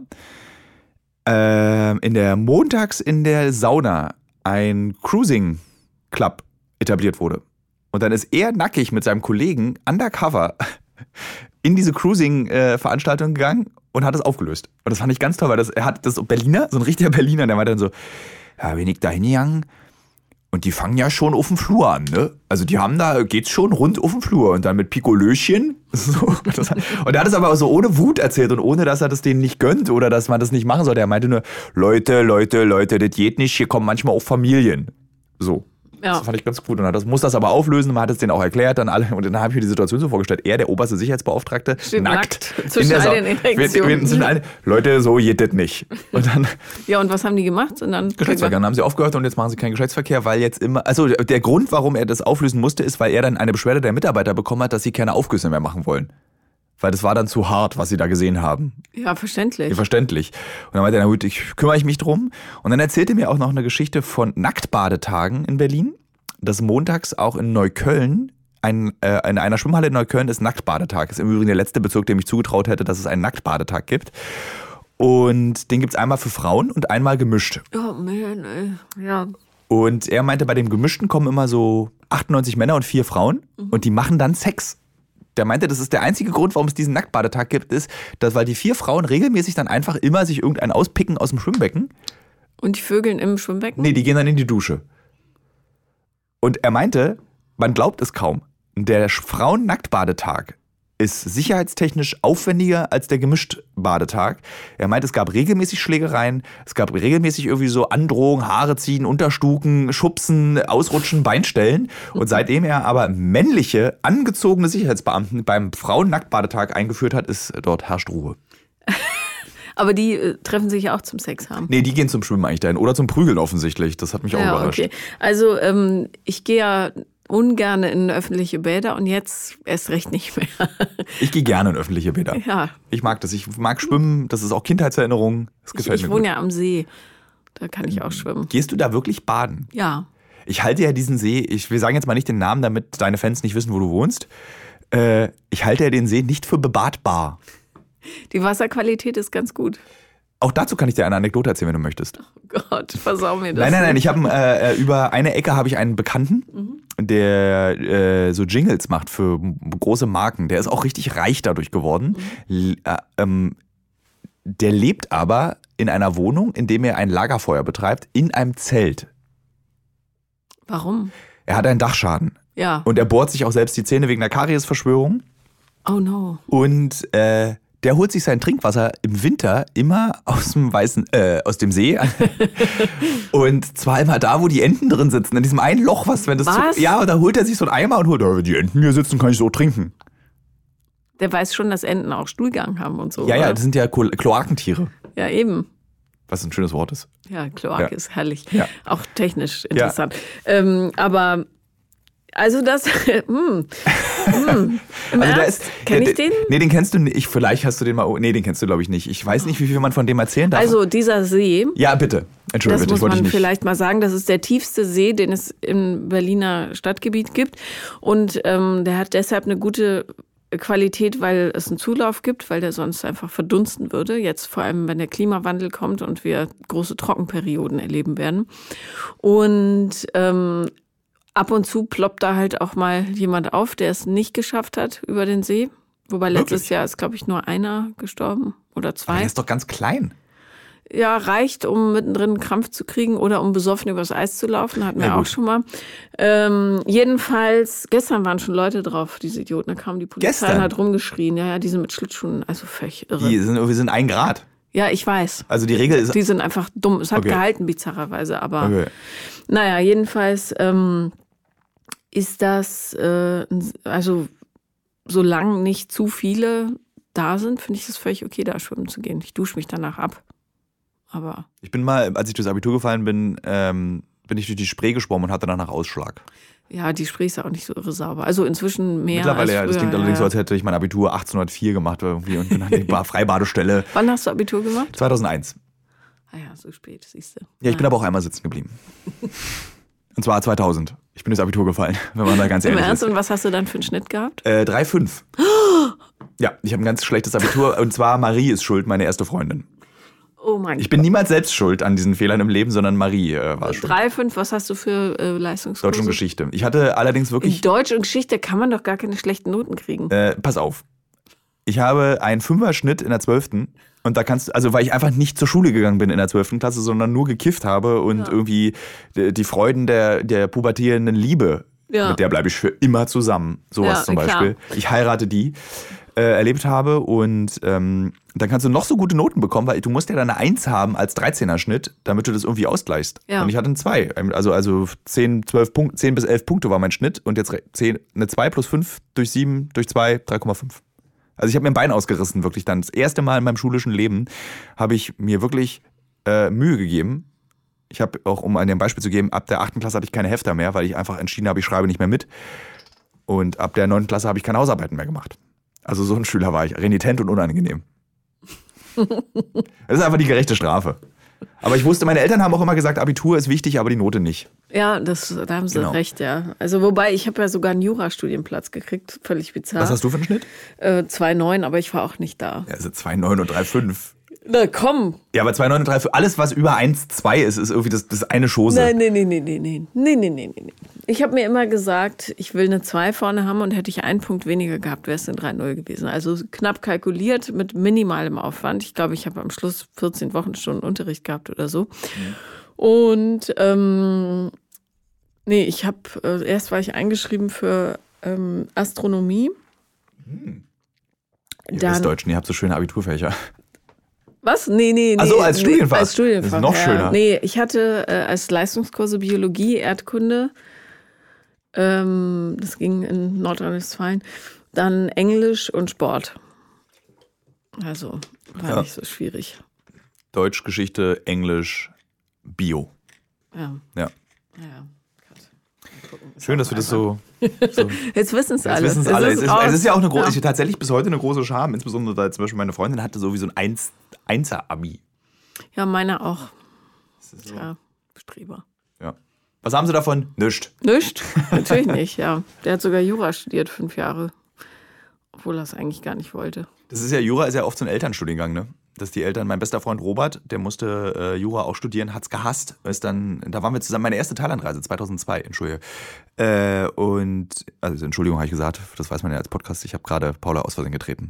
montags in der Sauna ein Cruising Club etabliert wurde. Und dann ist er nackig mit seinem Kollegen undercover in diese Cruising-Veranstaltung gegangen und hat es aufgelöst. Und das fand ich ganz toll, weil er hat das Berliner, so ein richtiger Berliner, der war dann so, ja, bin ich da hingegangen und die fangen ja schon auf dem Flur an, ne? Also geht's schon rund auf dem Flur und dann mit Pikolöchen. So. Und er hat es aber auch so ohne Wut erzählt und ohne, dass er das denen nicht gönnt oder dass man das nicht machen sollte. Er meinte nur, Leute, das geht nicht, hier kommen manchmal auch Familien. So. Ja. Das fand ich ganz gut. Und muss das aber auflösen. Man hat es denen auch erklärt. Und dann habe ich mir die Situation so vorgestellt. Er, der oberste Sicherheitsbeauftragte, steht nackt zwischen all den Erektionen. Leute, so geht das nicht. Und dann, ja, und was haben die gemacht? Und dann Geschlechtsverkehr. Dann haben sie aufgehört und jetzt machen sie keinen Geschlechtsverkehr, weil jetzt immer... Also der Grund, warum er das auflösen musste, ist, weil er dann eine Beschwerde der Mitarbeiter bekommen hat, dass sie keine Aufgüsse mehr machen wollen. Weil das war dann zu hart, was sie da gesehen haben. Ja, verständlich. Ja, verständlich. Und dann meinte er, na gut, kümmere ich mich drum. Und dann erzählte er mir auch noch eine Geschichte von Nacktbadetagen in Berlin. Dass montags auch in Neukölln, in einer Schwimmhalle in Neukölln ist Nacktbadetag. Das ist im Übrigen der letzte Bezirk, dem ich zugetraut hätte, dass es einen Nacktbadetag gibt. Und den gibt es einmal für Frauen und einmal gemischt. Oh man, ey. Ja. Und er meinte, bei dem Gemischten kommen immer so 98 Männer und 4 Frauen. Und die machen dann Sex. Der meinte, das ist der einzige Grund, warum es diesen Nacktbadetag gibt, ist, dass weil die 4 Frauen regelmäßig dann einfach immer sich irgendeinen auspicken aus dem Schwimmbecken. Und die Vögeln im Schwimmbecken? Nee, die gehen dann in die Dusche. Und er meinte, man glaubt es kaum, der Frauen-Nacktbadetag ist sicherheitstechnisch aufwendiger als der Gemischt-Badetag. Er meint, es gab regelmäßig Schlägereien, es gab regelmäßig irgendwie so Androhungen, Haare ziehen, Unterstuken, Schubsen, Ausrutschen, Beinstellen. Und seitdem er aber männliche, angezogene Sicherheitsbeamten beim Frauen-Nacktbadetag eingeführt hat, ist dort herrscht Ruhe. Aber die treffen sich ja auch zum Sex haben. Nee, die gehen zum Schwimmen eigentlich dahin. Oder zum Prügeln offensichtlich. Das hat mich auch überrascht. Okay. Also ich gehe ja ungern in öffentliche Bäder und jetzt erst recht nicht mehr. Ich gehe gerne in öffentliche Bäder. Ja. Ich mag das. Ich mag schwimmen. Das ist auch Kindheitserinnerung. Das gefällt mir. Ich wohne ja am See. Da kann ich auch schwimmen. Gehst du da wirklich baden? Ja. Ich halte ja diesen See, wir sagen jetzt mal nicht den Namen, damit deine Fans nicht wissen, wo du wohnst. Ich halte ja den See nicht für bebadbar. Die Wasserqualität ist ganz gut. Auch dazu kann ich dir eine Anekdote erzählen, wenn du möchtest. Oh Gott, versau mir das. Nein, ich habe über eine Ecke habe ich einen Bekannten, der so Jingles macht für große Marken. Der ist auch richtig reich dadurch geworden. Der lebt aber in einer Wohnung, in dem er ein Lagerfeuer betreibt, in einem Zelt. Warum? Er hat einen Dachschaden. Ja. Und er bohrt sich auch selbst die Zähne wegen einer Kariesverschwörung. Oh no. Und der holt sich sein Trinkwasser im Winter immer aus dem See. Und zwar immer da, wo die Enten drin sitzen, in diesem einen Loch, was? Ja, da holt er sich so einen Eimer und holt, wenn die Enten hier sitzen, kann ich so trinken. Der weiß schon, dass Enten auch Stuhlgang haben und so. Ja, das sind ja Kloakentiere. Ja, eben. Was ein schönes Wort ist. Ja, Kloak ist herrlich. Ja. Auch technisch interessant. Ja. Aber also das, im Ernst? Kenn ich den? Nee, den kennst du nicht. Vielleicht hast du den mal, nee, den kennst du glaube ich nicht. Ich weiß nicht, wie viel man von dem erzählen darf. Also dieser See. Ja, bitte. Entschuldigung, das muss man vielleicht mal sagen. Das ist der tiefste See, den es im Berliner Stadtgebiet gibt. Und der hat deshalb eine gute Qualität, weil es einen Zulauf gibt, weil der sonst einfach verdunsten würde. Jetzt vor allem, wenn der Klimawandel kommt und wir große Trockenperioden erleben werden. Und ab und zu ploppt da halt auch mal jemand auf, der es nicht geschafft hat über den See. Wobei letztes Jahr ist, glaube ich, nur einer gestorben oder 2. Aber der ist doch ganz klein. Ja, reicht, um mittendrin einen Krampf zu kriegen oder um besoffen übers Eis zu laufen. Hatten wir auch schon mal. Jedenfalls, gestern waren schon Leute drauf, diese Idioten. Da kam die Polizei und hat rumgeschrien. Ja, die sind mit Schlittschuhen, also völlig irre. Wir sind 1 Grad. Ja, ich weiß. Also die Regel ist... Die sind einfach dumm. Es hat gehalten, bizarrerweise. Aber naja, jedenfalls ist das, also solange nicht zu viele da sind, finde ich es völlig okay, da schwimmen zu gehen. Ich dusche mich danach ab. Aber ich bin mal, als ich durchs Abitur gefallen bin, bin ich durch die Spree geschwommen und hatte danach Ausschlag. Ja, die Spree ist ja auch nicht so irre sauber. Also inzwischen mehr mittlerweile, als früher. Das klingt allerdings so, als hätte ich mein Abitur 1804 gemacht irgendwie und bin an die Freibadestelle. Wann hast du Abitur gemacht? 2001. Ah ja, so spät, siehst du. Ja, ich bin aber auch einmal sitzen geblieben. Und zwar 2000. Ich bin durchs Abitur gefallen, wenn man da ganz ehrlich ist. Im Ernst? Und was hast du dann für einen Schnitt gehabt? 3,5. Ja, ich habe ein ganz schlechtes Abitur. Und zwar Marie ist schuld, meine erste Freundin. Oh mein Gott. Ich bin niemals selbst schuld an diesen Fehlern im Leben, sondern Marie war schuld. 3,5, was hast du für Leistungskurse? Deutsch und Geschichte. Ich hatte allerdings wirklich... In Deutsch und Geschichte kann man doch gar keine schlechten Noten kriegen. Pass auf. Ich habe einen 5er-Schnitt in der 12. Und da weil ich einfach nicht zur Schule gegangen bin in der 12. Klasse, sondern nur gekifft habe und irgendwie die Freuden der pubertierenden Liebe, mit der bleibe ich für immer zusammen. Sowas zum Beispiel. Klar. Ich heirate die. erlebt habe. Und dann kannst du noch so gute Noten bekommen, weil du musst ja dann eine 1 haben als 13er-Schnitt, damit du das irgendwie ausgleichst. Ja. Und ich hatte eine 2. Also 10 bis 11 Punkte war mein Schnitt. Und jetzt eine 2 plus 5 durch 7 durch 2, 3,5. Also ich habe mir ein Bein ausgerissen, wirklich dann. Das erste Mal in meinem schulischen Leben habe ich mir wirklich Mühe gegeben. Ich habe auch, um an dem Beispiel zu geben, ab der 8. Klasse hatte ich keine Hefter mehr, weil ich einfach entschieden habe, ich schreibe nicht mehr mit. Und ab der 9. Klasse habe ich keine Hausarbeiten mehr gemacht. Also so ein Schüler war ich, renitent und unangenehm. Das ist einfach die gerechte Strafe. Aber ich wusste, meine Eltern haben auch immer gesagt, Abitur ist wichtig, aber die Note nicht. Ja, da haben sie recht, ja. Also wobei, ich habe ja sogar einen Jurastudienplatz gekriegt, völlig bizarr. Was hast du für einen Schnitt? 2,9, aber ich war auch nicht da. Ja, also 2,9 und 3,5. Na komm. Ja, aber 2,9 und 3,5, alles was über 1,2 ist irgendwie das eine Chose. Nee. Ich habe mir immer gesagt, ich will eine 2 vorne haben und hätte ich einen Punkt weniger gehabt, wäre es eine 3,0 gewesen. Also knapp kalkuliert mit minimalem Aufwand. Ich glaube, ich habe am Schluss 14 Wochenstunden Unterricht gehabt oder so. Ja. Und ich habe, erst war ich eingeschrieben für Astronomie. Ihr Westdeutschen, ihr habt so schöne Abiturfächer. Was? Nee. Ach so, als Studienfach. Als Studienfach. Das ist noch schöner. Nee, ich hatte als Leistungskurse Biologie, Erdkunde, das ging in Nordrhein-Westfalen, dann Englisch und Sport. Also war nicht so schwierig. Deutsch, Geschichte, Englisch, Bio. Ja. Schön, dass wir das so. Jetzt wissen es alle. Es ist ja auch tatsächlich bis heute eine große Scham, insbesondere da zum Beispiel meine Freundin hatte sowieso ein 1er-Abi. Ja, meine auch. Tja, Streber. Ja. Was haben sie davon? Nischt. Nischt? Natürlich nicht, ja. Der hat sogar Jura studiert, 5 Jahre. Obwohl er es eigentlich gar nicht wollte. Jura ist ja oft so ein Elternstudiengang, ne? Dass die Eltern, mein bester Freund Robert, der musste Jura auch studieren, hat's gehasst. Da waren wir zusammen, meine erste Thailandreise, 2002, Entschuldigung. Entschuldigung habe ich gesagt, das weiß man ja als Podcast, ich habe gerade Paula aus Versehen getreten.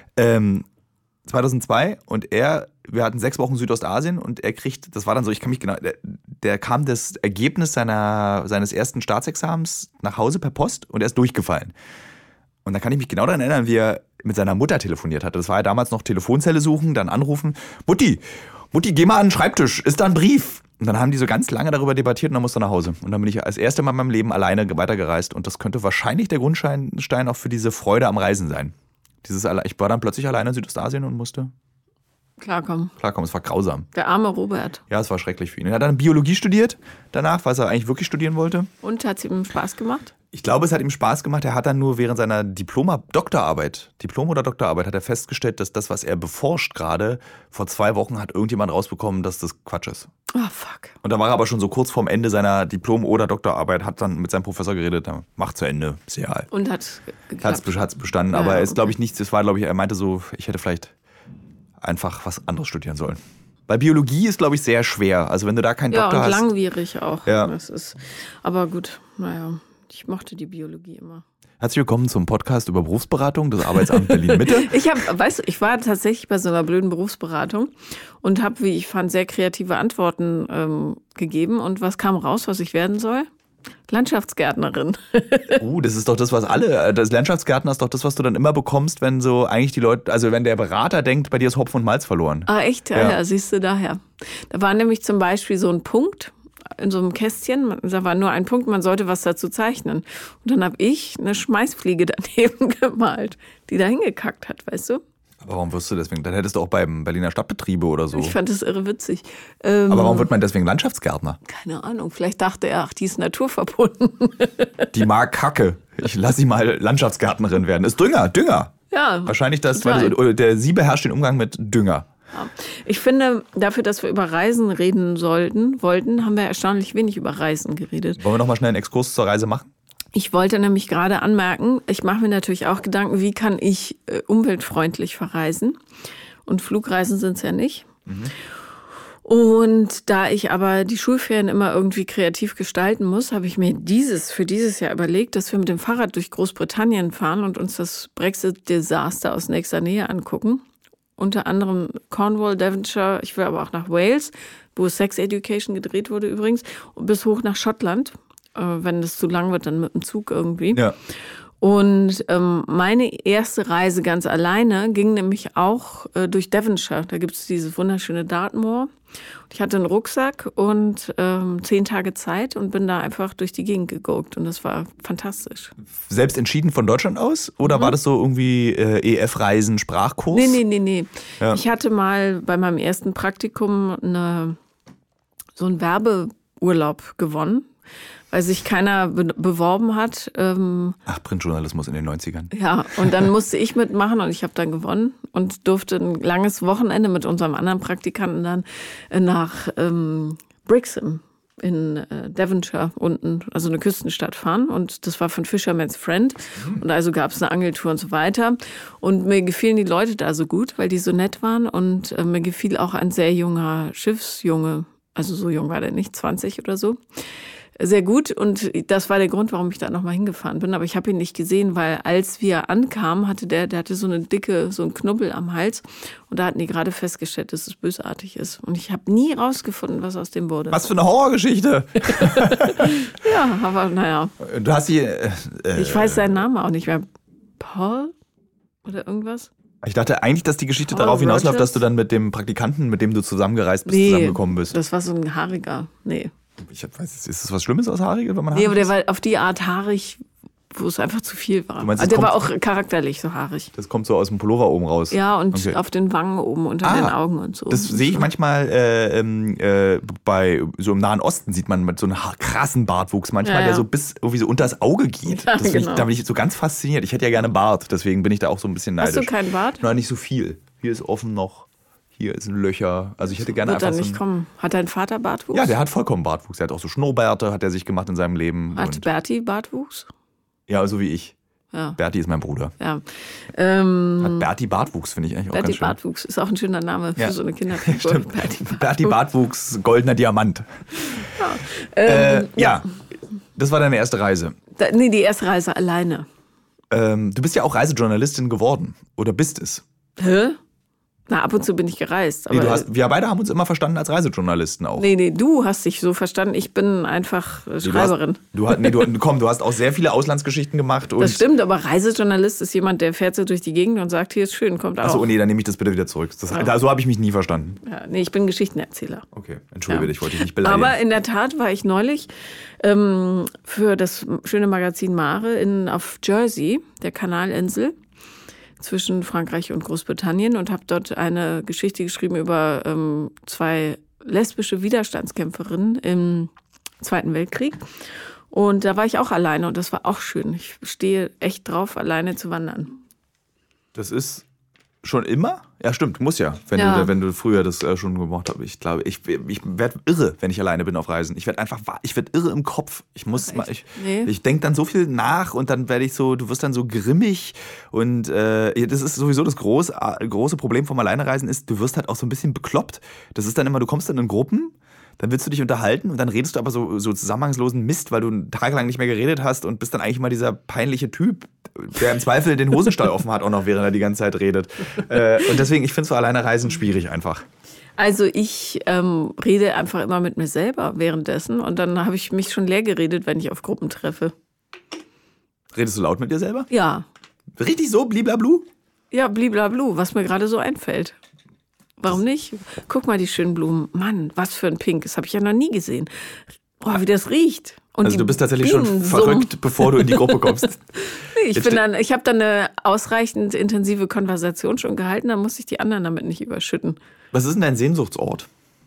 2002 und wir hatten 6 Wochen Südostasien und er kriegt, das war dann so, ich kann mich genau, der kam das Ergebnis seines ersten Staatsexamens nach Hause per Post und er ist durchgefallen. Und da kann ich mich genau daran erinnern, wie er mit seiner Mutter telefoniert hatte. Das war ja damals noch Telefonzelle suchen, dann anrufen. Mutti, geh mal an den Schreibtisch, ist da ein Brief? Und dann haben die so ganz lange darüber debattiert und dann musste er nach Hause. Und dann bin ich als erste Mal in meinem Leben alleine weitergereist. Und das könnte wahrscheinlich der Grundstein auch für diese Freude am Reisen sein. Ich war dann plötzlich alleine in Südostasien und musste klarkommen, es war grausam. Der arme Robert. Ja, es war schrecklich für ihn. Er hat dann Biologie studiert danach, was er eigentlich wirklich studieren wollte. Und hat es ihm Spaß gemacht? Ich glaube, es hat ihm Spaß gemacht. Er hat dann nur während seiner Diplom- oder Doktorarbeit hat er festgestellt, dass das, was er beforscht gerade, vor 2 Wochen hat irgendjemand rausbekommen, dass das Quatsch ist. Oh, fuck. Und da war er aber schon so kurz vorm Ende seiner Diplom- oder Doktorarbeit, hat dann mit seinem Professor geredet, macht zu Ende, ist egal. Und hat's bestanden, ja, aber es glaube ich nichts. Er meinte so, ich hätte vielleicht einfach was anderes studieren sollen. Weil Biologie ist, glaube ich, sehr schwer. Also wenn du da keinen Doktor hast. Ja, und langwierig auch. Ja. Aber gut, ich mochte die Biologie immer. Herzlich willkommen zum Podcast über Berufsberatung des Arbeitsamts Berlin-Mitte. Ich war tatsächlich bei so einer blöden Berufsberatung und habe, wie ich fand, sehr kreative Antworten gegeben. Und was kam raus, was ich werden soll? Landschaftsgärtnerin. Das ist doch das, was das Landschaftsgärtner ist doch das, was du dann immer bekommst, wenn so eigentlich die Leute, also wenn der Berater denkt, bei dir ist Hopfen und Malz verloren. Ah, echt? Ja, siehst du daher. Da war nämlich zum Beispiel so ein Punkt in so einem Kästchen, da war nur ein Punkt, man sollte was dazu zeichnen. Und dann habe ich eine Schmeißfliege daneben gemalt, die da hingekackt hat, weißt du? Aber warum wirst du deswegen? Dann hättest du auch beim Berliner Stadtbetriebe oder so. Ich fand das irre witzig. Aber warum wird man deswegen Landschaftsgärtner? Keine Ahnung. Vielleicht dachte er, die ist naturverbunden. Die mag Kacke. Ich lass sie mal Landschaftsgärtnerin werden. Ist Dünger. Ja. Wahrscheinlich sie beherrscht den Umgang mit Dünger. Ja. Ich finde, dafür, dass wir über Reisen reden wollten, haben wir erstaunlich wenig über Reisen geredet. Wollen wir noch mal schnell einen Exkurs zur Reise machen? Ich wollte nämlich gerade anmerken, ich mache mir natürlich auch Gedanken, wie kann ich umweltfreundlich verreisen? Und Flugreisen sind es ja nicht. Mhm. Und da ich aber die Schulferien immer irgendwie kreativ gestalten muss, habe ich mir für dieses Jahr überlegt, dass wir mit dem Fahrrad durch Großbritannien fahren und uns das Brexit-Desaster aus nächster Nähe angucken. Unter anderem Cornwall, Devonshire, ich will aber auch nach Wales, wo Sex Education gedreht wurde übrigens, und bis hoch nach Schottland. Wenn das zu lang wird, dann mit dem Zug irgendwie. Ja. Und meine erste Reise ganz alleine ging nämlich auch durch Devonshire. Da gibt es dieses wunderschöne Dartmoor. Ich hatte einen Rucksack und 10 Tage Zeit und bin da einfach durch die Gegend geguckt. Und das war fantastisch. Selbst entschieden von Deutschland aus? Oder war das so irgendwie EF-Reisen, Sprachkurs? Nee. Ja. Ich hatte mal bei meinem ersten Praktikum so einen Werbeurlaub gewonnen, weil sich keiner beworben hat. Printjournalismus in den 90ern. Ja, und dann musste ich mitmachen und ich habe dann gewonnen und durfte ein langes Wochenende mit unserem anderen Praktikanten dann nach Brixham in Devonshire unten, also eine Küstenstadt fahren. Und das war von Fisherman's Friend. Und also gab es eine Angeltour und so weiter. Und mir gefielen die Leute da so gut, weil die so nett waren. Und mir gefiel auch ein sehr junger Schiffsjunge, also so jung war der nicht, 20 oder so. Sehr gut und das war der Grund, warum ich da nochmal hingefahren bin. Aber ich habe ihn nicht gesehen, weil als wir ankamen, hatte der hatte so einen Knubbel am Hals und da hatten die gerade festgestellt, dass es bösartig ist. Und ich habe nie rausgefunden, was aus dem wurde. Was für eine Horrorgeschichte! Ja, aber naja. Du hast hier... ich weiß seinen Namen auch nicht mehr. Paul oder irgendwas? Ich dachte eigentlich, dass die Geschichte darauf hinausläuft, dass du dann mit dem Praktikanten, mit dem du zusammengereist bist, zusammengekommen bist. Das war so ein haariger. Nee. Ich weiß, ist das was Schlimmes aus Haarige, wenn man haarig aber der war auf die Art haarig, wo es einfach zu viel war. Meinst, also der war auch charakterlich so haarig. Das kommt so aus dem Pullover oben raus. Ja, und auf den Wangen oben, unter den Augen und so. Das sehe ich manchmal bei so im Nahen Osten sieht man mit so einem krassen Bartwuchs manchmal, der so bis irgendwie so unter das Auge geht. Ja, genau. Da bin ich so ganz fasziniert. Ich hätte ja gerne Bart, deswegen bin ich da auch so ein bisschen neidisch. Hast du keinen Bart? Nein, nicht so viel. Hier ist offen noch. Hier ist ein Löcher. Also ich hätte gerne einfach nicht kommen. Hat dein Vater Bartwuchs? Ja, der hat vollkommen Bartwuchs. Der hat auch so Schnurrbärte, hat er sich gemacht in seinem Leben. Hat Berti Bartwuchs? Ja, so wie ich. Ja. Berti ist mein Bruder. Ja. Hat Berti Bartwuchs, finde ich eigentlich auch ganz schön. Berti Bartwuchs ist auch ein schöner Name für so eine Kinderfigur. Stimmt. Berti Bartwuchs, goldener Diamant. Ja. Das war deine erste Reise. Die erste Reise alleine. Du bist ja auch Reisejournalistin geworden. Oder bist es? Hä? Na, ab und zu bin ich gereist. Aber wir beide haben uns immer verstanden als Reisejournalisten auch. Nee, du hast dich so verstanden. Ich bin einfach Schreiberin. Du hast auch sehr viele Auslandsgeschichten gemacht. Das stimmt, aber Reisejournalist ist jemand, der fährt so durch die Gegend und sagt, hier ist schön, kommt auch. Achso, nee, dann nehme ich das bitte wieder zurück. So habe ich mich nie verstanden. Ja, nee, ich bin Geschichtenerzähler. Okay, entschuldige bitte, ich wollte dich nicht beleidigen. Aber in der Tat war ich neulich für das schöne Magazin Mare auf Jersey, der Kanalinsel, zwischen Frankreich und Großbritannien und habe dort eine Geschichte geschrieben über 2 lesbische Widerstandskämpferinnen im Zweiten Weltkrieg. Und da war ich auch alleine und das war auch schön. Ich stehe echt drauf, alleine zu wandern. Das ist schon immer? Ja, stimmt, muss ja. Wenn du früher das schon gemacht hast. Ich glaube, ich werde irre, wenn ich alleine bin auf Reisen. Ich werde irre im Kopf. Ich denke dann so viel nach und dann werde ich so, du wirst dann so grimmig und das ist sowieso das große Problem vom Alleinereisen ist, du wirst halt auch so ein bisschen bekloppt. Das ist dann immer, du kommst dann in Gruppen, dann willst du dich unterhalten und dann redest du aber so zusammenhangslosen Mist, weil du tagelang nicht mehr geredet hast und bist dann eigentlich mal dieser peinliche Typ, der im Zweifel den Hosenstall offen hat, auch noch während er die ganze Zeit redet. Und deswegen, ich finde es für Alleinereisen schwierig einfach. Also ich rede einfach immer mit mir selber währenddessen und dann habe ich mich schon leer geredet, wenn ich auf Gruppen treffe. Redest du laut mit dir selber? Ja. Richtig so, bliblablu? Ja, bliblablu, was mir gerade so einfällt. Warum nicht? Guck mal, die schönen Blumen. Mann, was für ein Pink. Das habe ich ja noch nie gesehen. Oh, wie das riecht. Und also du bist tatsächlich schon verrückt, bevor du in die Gruppe kommst. Ich habe dann eine ausreichend intensive Konversation schon gehalten, dann muss ich die anderen damit nicht überschütten. Was ist denn dein Sehnsuchtsort?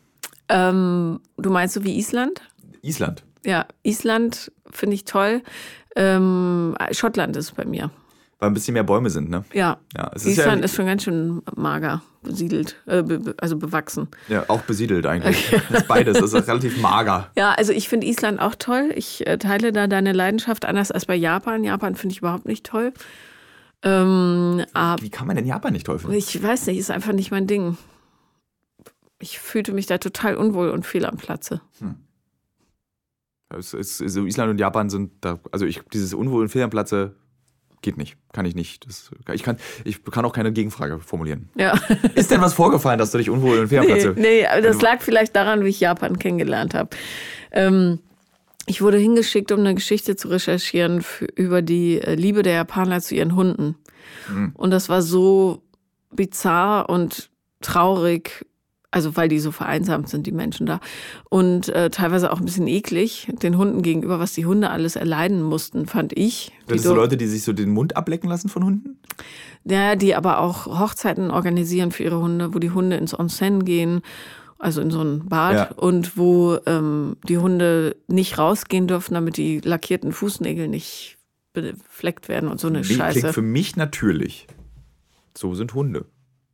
Du meinst so wie Island? Island? Ja, Island finde ich toll. Schottland ist bei mir. Weil ein bisschen mehr Bäume sind, ne? Ja. Island ist schon ganz schön mager besiedelt, also bewachsen. Ja, auch besiedelt eigentlich. Das ist beides, das ist relativ mager. Ja, also ich finde Island auch toll. Ich teile da deine Leidenschaft, anders als bei Japan. Japan finde ich überhaupt nicht toll. Wie kann man denn Japan nicht toll finden? Ich weiß nicht, ist einfach nicht mein Ding. Ich fühlte mich da total unwohl und fehl am Platze. So Island und Japan sind da, also dieses Unwohl und fehl am Platze geht nicht, kann ich nicht. Ich kann auch keine Gegenfrage formulieren. Ja. Ist denn was vorgefallen, dass du dich unwohl und fehl am Platze? Nee, aber das lag vielleicht daran, wie ich Japan kennengelernt habe. Ich wurde hingeschickt, um eine Geschichte zu recherchieren über die Liebe der Japaner zu ihren Hunden. Und das war so bizarr und traurig, also weil die so vereinsamt sind, die Menschen da. Und teilweise auch ein bisschen eklig den Hunden gegenüber, was die Hunde alles erleiden mussten, fand ich. Das sind so Leute, die sich so den Mund ablecken lassen von Hunden? Ja, die aber auch Hochzeiten organisieren für ihre Hunde, wo die Hunde ins Onsen gehen, also in so ein Bad, und wo die Hunde nicht rausgehen dürfen, damit die lackierten Fußnägel nicht befleckt werden und so eine Scheiße. Klingt für mich natürlich. So sind Hunde.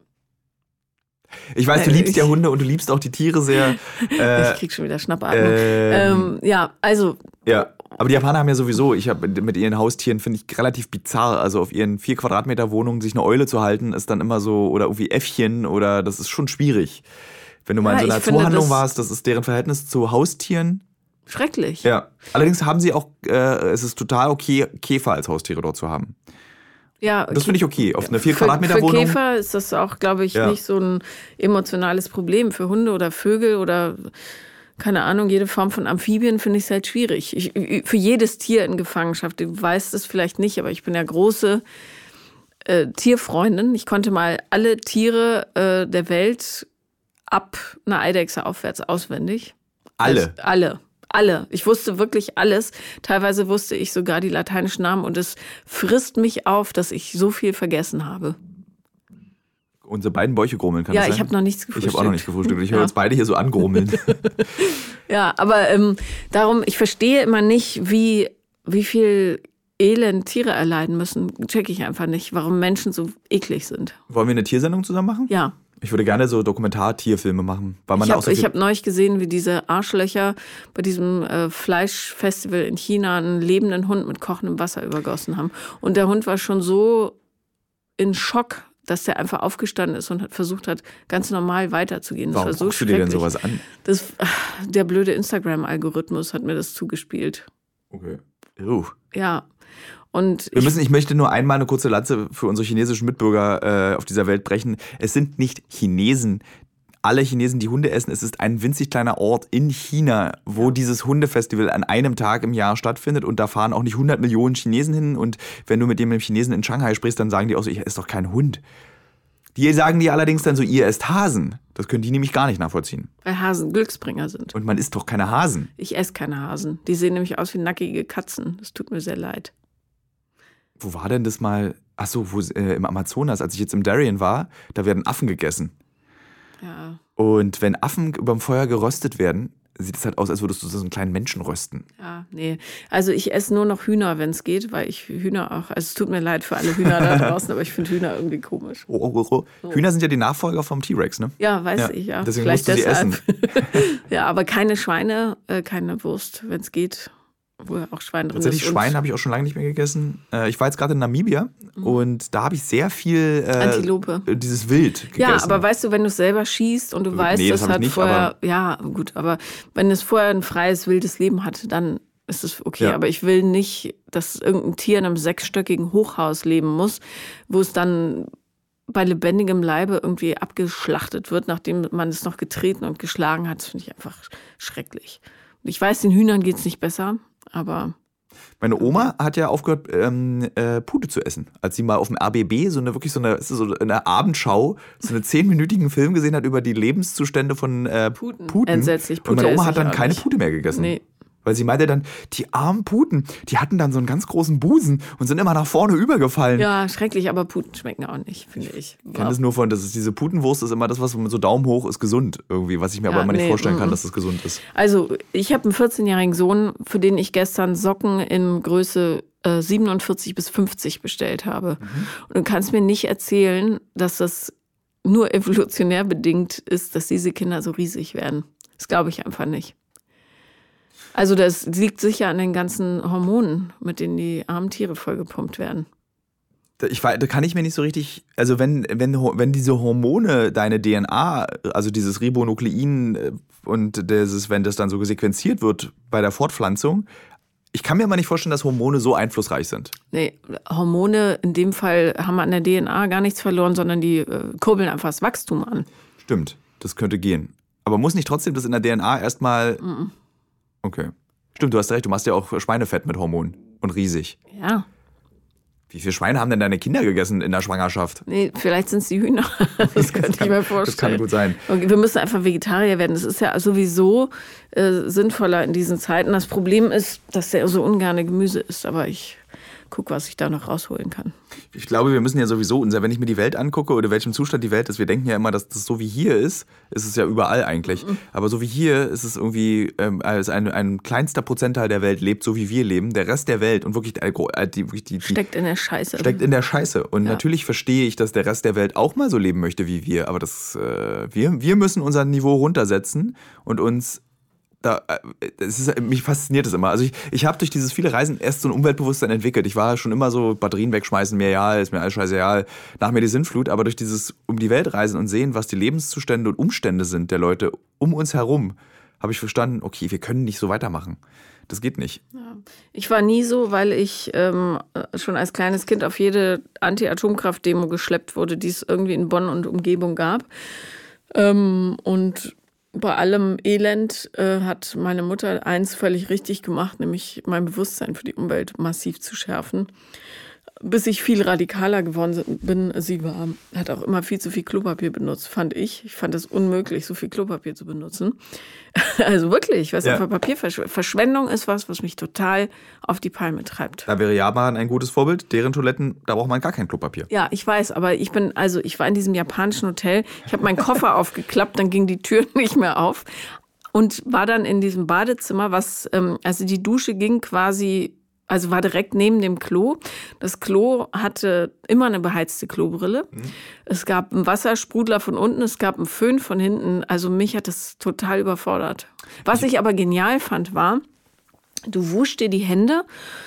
Ich weiß, du liebst ja Hunde und du liebst auch die Tiere sehr. Ich krieg schon wieder Schnappatmung. Ja, aber die Japaner haben ja sowieso, ich habe mit ihren Haustieren, finde ich, relativ bizarr. Also auf ihren 4 Quadratmeter Wohnungen sich eine Eule zu halten, ist dann immer so, oder irgendwie Äffchen, oder das ist schon schwierig. Wenn du mal in so einer Zoohandlung warst, das ist deren Verhältnis zu Haustieren. Schrecklich. Ja. Allerdings haben sie auch, es ist total okay, Käfer als Haustiere dort zu haben. Ja, das finde ich okay. Auf eine 4 Quadratmeter Wohnung. Für Käfer ist das auch, glaube ich, nicht so ein emotionales Problem. Für Hunde oder Vögel oder, keine Ahnung, jede Form von Amphibien finde ich es halt schwierig. Für jedes Tier in Gefangenschaft, du weißt es vielleicht nicht, aber ich bin ja große Tierfreundin. Ich konnte mal alle Tiere der Welt ab einer Eidechse aufwärts auswendig. Alle? Alle. Ich wusste wirklich alles. Teilweise wusste ich sogar die lateinischen Namen und es frisst mich auf, dass ich so viel vergessen habe. Unsere beiden Bäuche grummeln, kann das sein? Ja, ich habe noch nichts gefrühstückt. Ich habe auch noch nicht gefrühstückt. Ich höre uns beide hier so angrummeln. Ja, aber darum, ich verstehe immer nicht, wie viel Elend Tiere erleiden müssen. Check ich einfach nicht, warum Menschen so eklig sind. Wollen wir eine Tiersendung zusammen machen? Ja. Ich würde gerne so Dokumentar-Tierfilme machen. Weil man ich habe neulich gesehen, wie diese Arschlöcher bei diesem Fleischfestival in China einen lebenden Hund mit kochendem Wasser übergossen haben. Und der Hund war schon so in Schock, dass der einfach aufgestanden ist und versucht hat, ganz normal weiterzugehen. Das Warum war so guckst du dir denn sowas an? Der blöde Instagram-Algorithmus hat mir das zugespielt. Okay. Ja. Und ich möchte nur einmal eine kurze Lanze für unsere chinesischen Mitbürger auf dieser Welt brechen. Es sind nicht Chinesen, alle Chinesen, die Hunde essen. Es ist ein winzig kleiner Ort in China, wo dieses Hundefestival an einem Tag im Jahr stattfindet. Und da fahren auch nicht 100 Millionen Chinesen hin. Und wenn du mit dem Chinesen in Shanghai sprichst, dann sagen die auch so, ich esse doch keinen Hund. Die sagen dir allerdings dann so, ihr esst Hasen. Das können die nämlich gar nicht nachvollziehen. Weil Hasen Glücksbringer sind. Und man isst doch keine Hasen. Ich esse keine Hasen. Die sehen nämlich aus wie nackige Katzen. Das tut mir sehr leid. Wo war denn das mal? Achso, im Amazonas, als ich jetzt im Darien war, da werden Affen gegessen. Ja. Und wenn Affen überm Feuer geröstet werden, sieht es halt aus, als würdest du so einen kleinen Menschen rösten. Ja, nee. Also ich esse nur noch Hühner, wenn es geht, weil ich Hühner auch, also es tut mir leid für alle Hühner da draußen, aber ich finde Hühner irgendwie komisch. So. Hühner sind ja die Nachfolger vom T-Rex, ne? Ja, weiß ich, ja. Deswegen vielleicht musst du sie essen. Ja, aber keine Schweine, keine Wurst, wenn es geht. Wo auch Schwein drin Tatsächlich ist. Schwein habe ich auch schon lange nicht mehr gegessen. Ich war jetzt gerade in Namibia und da habe ich sehr viel Antilope. Dieses Wild gegessen. Ja, aber weißt du, wenn du es selber schießt und du weißt, das hat nicht, vorher, ja gut, aber wenn es vorher ein freies, wildes Leben hatte, dann ist es okay. Ja. Aber ich will nicht, dass irgendein Tier in einem 6-stöckigen Hochhaus leben muss, wo es dann bei lebendigem Leibe irgendwie abgeschlachtet wird, nachdem man es noch getreten und geschlagen hat. Das finde ich einfach schrecklich. Und ich weiß, den Hühnern geht es nicht besser. Aber meine Oma hat ja aufgehört, Pute zu essen. Als sie mal auf dem RBB so eine Abendschau, so einen 10-minütigen Film gesehen hat über die Lebenszustände von Puten. Entsetzlich. Pute. Und meine Oma hat dann keine Pute mehr gegessen. Nee. Weil sie meinte dann, die armen Puten, die hatten dann so einen ganz großen Busen und sind immer nach vorne übergefallen. Ja, schrecklich, aber Puten schmecken auch nicht, finde ich. Ich kenne das nur von, diese Putenwurst ist immer das, was mit so Daumen hoch ist gesund irgendwie, was ich mir aber immer nicht vorstellen kann, dass das gesund ist. Also, ich habe einen 14-jährigen Sohn, für den ich gestern Socken in Größe 47 bis 50 bestellt habe. Und du kannst mir nicht erzählen, dass das nur evolutionär bedingt ist, dass diese Kinder so riesig werden. Das glaube ich einfach nicht. Also das liegt sicher an den ganzen Hormonen, mit denen die armen Tiere vollgepumpt werden. Da kann ich mir nicht so richtig, also wenn diese Hormone deine DNA, also dieses Ribonuklein und wenn das dann so sequenziert wird bei der Fortpflanzung, ich kann mir aber nicht vorstellen, dass Hormone so einflussreich sind. Nee, Hormone in dem Fall haben an der DNA gar nichts verloren, sondern die kurbeln einfach das Wachstum an. Stimmt, das könnte gehen. Aber muss nicht trotzdem das in der DNA erstmal... Okay. Stimmt, du hast recht, du machst ja auch Schweinefett mit Hormonen und riesig. Ja. Wie viele Schweine haben denn deine Kinder gegessen in der Schwangerschaft? Nee, vielleicht sind es die Hühner. Das könnte ich mir vorstellen. Das kann gut sein. Und wir müssen einfach Vegetarier werden. Das ist ja sowieso sinnvoller in diesen Zeiten. Das Problem ist, dass der so ungerne Gemüse isst. Aber ich gucke, was ich da noch rausholen kann. Ich glaube, wir müssen ja sowieso, wenn ich mir die Welt angucke oder welchem Zustand die Welt ist, wir denken ja immer, dass das so wie hier ist es ja überall eigentlich. Aber so wie hier ist es irgendwie, ein kleinster Prozentteil der Welt lebt so, wie wir leben. Der Rest der Welt und wirklich die steckt in der Scheiße. Steckt in der Scheiße. Und natürlich verstehe ich, dass der Rest der Welt auch mal so leben möchte wie wir. Aber wir müssen unser Niveau runtersetzen und uns mich fasziniert das immer. Also ich habe durch dieses viele Reisen erst so ein Umweltbewusstsein entwickelt. Ich war schon immer so, Batterien wegschmeißen, mir ist mir alles scheißegal, nach mir die Sinnflut. Aber durch dieses um die Welt reisen und sehen, was die Lebenszustände und Umstände sind der Leute um uns herum, habe ich verstanden, okay, wir können nicht so weitermachen. Das geht nicht. Ja. Ich war nie so, weil ich schon als kleines Kind auf jede Anti-Atomkraft-Demo geschleppt wurde, die es irgendwie in Bonn und Umgebung gab. Und bei allem Elend hat meine Mutter eins völlig richtig gemacht, nämlich mein Bewusstsein für die Umwelt massiv zu schärfen. Bis ich viel radikaler geworden bin. Sie hat auch immer viel zu viel Klopapier benutzt, fand ich. Ich fand es unmöglich, so viel Klopapier zu benutzen. Also wirklich, was einfach Papierverschwendung ist was mich total auf die Palme treibt. Da wäre Japan ein gutes Vorbild. Deren Toiletten, da braucht man gar kein Klopapier. Ja, ich weiß, aber ich war in diesem japanischen Hotel. Ich habe meinen Koffer aufgeklappt, dann ging die Tür nicht mehr auf. Und war dann in diesem Badezimmer, also die Dusche ging quasi, also war direkt neben dem Klo. Das Klo hatte immer eine beheizte Klobrille. Es gab einen Wassersprudler von unten, es gab einen Föhn von hinten. Also mich hat das total überfordert. Was ich aber genial fand, war, du wuschst dir die Hände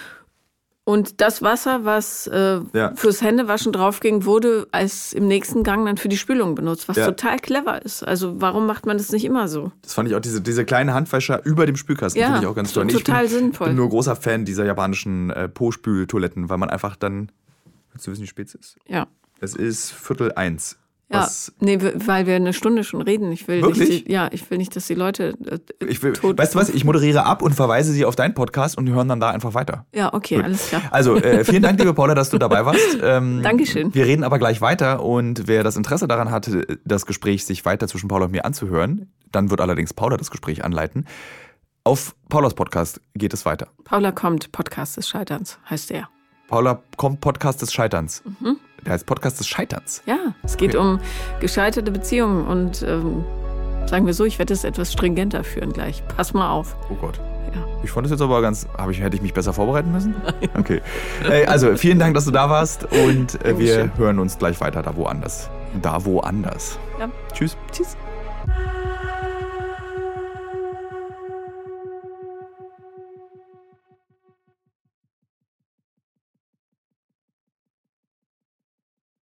und das Wasser, was fürs Händewaschen draufging, wurde als im nächsten Gang dann für die Spülung benutzt, was total clever ist. Also warum macht man das nicht immer so? Das fand ich auch, diese kleine Handwäscher über dem Spülkasten, finde ich auch ganz toll. Total sinnvoll. Ich bin nur großer Fan dieser japanischen Po-Spültoiletten, weil man einfach dann, willst du wissen, wie spät es ist? Ja. Es ist 12:45. Ja, weil wir eine Stunde schon reden. Ich will nicht, dass die Leute tot. Weißt du was, ich moderiere ab und verweise sie auf deinen Podcast und die hören dann da einfach weiter. Ja, okay, gut. Alles klar. Also, vielen Dank, liebe Paula, dass du dabei warst. Dankeschön. Wir reden aber gleich weiter und wer das Interesse daran hat, das Gespräch sich weiter zwischen Paula und mir anzuhören, dann wird allerdings Paula das Gespräch anleiten. Auf Paulas Podcast geht es weiter. Paula kommt, Podcast des Scheiterns, heißt der. Paula kommt, Podcast des Scheiterns. Der heißt Podcast des Scheiterns. Ja, es geht um gescheiterte Beziehungen und sagen wir so, ich werde das etwas stringenter führen gleich. Pass mal auf. Oh Gott. Ja. Ich fand es jetzt aber hätte ich mich besser vorbereiten müssen? Nein. Okay. Also, vielen Dank, dass du da warst und wir hören uns gleich weiter da woanders. Ja. Ja. Tschüss. Tschüss.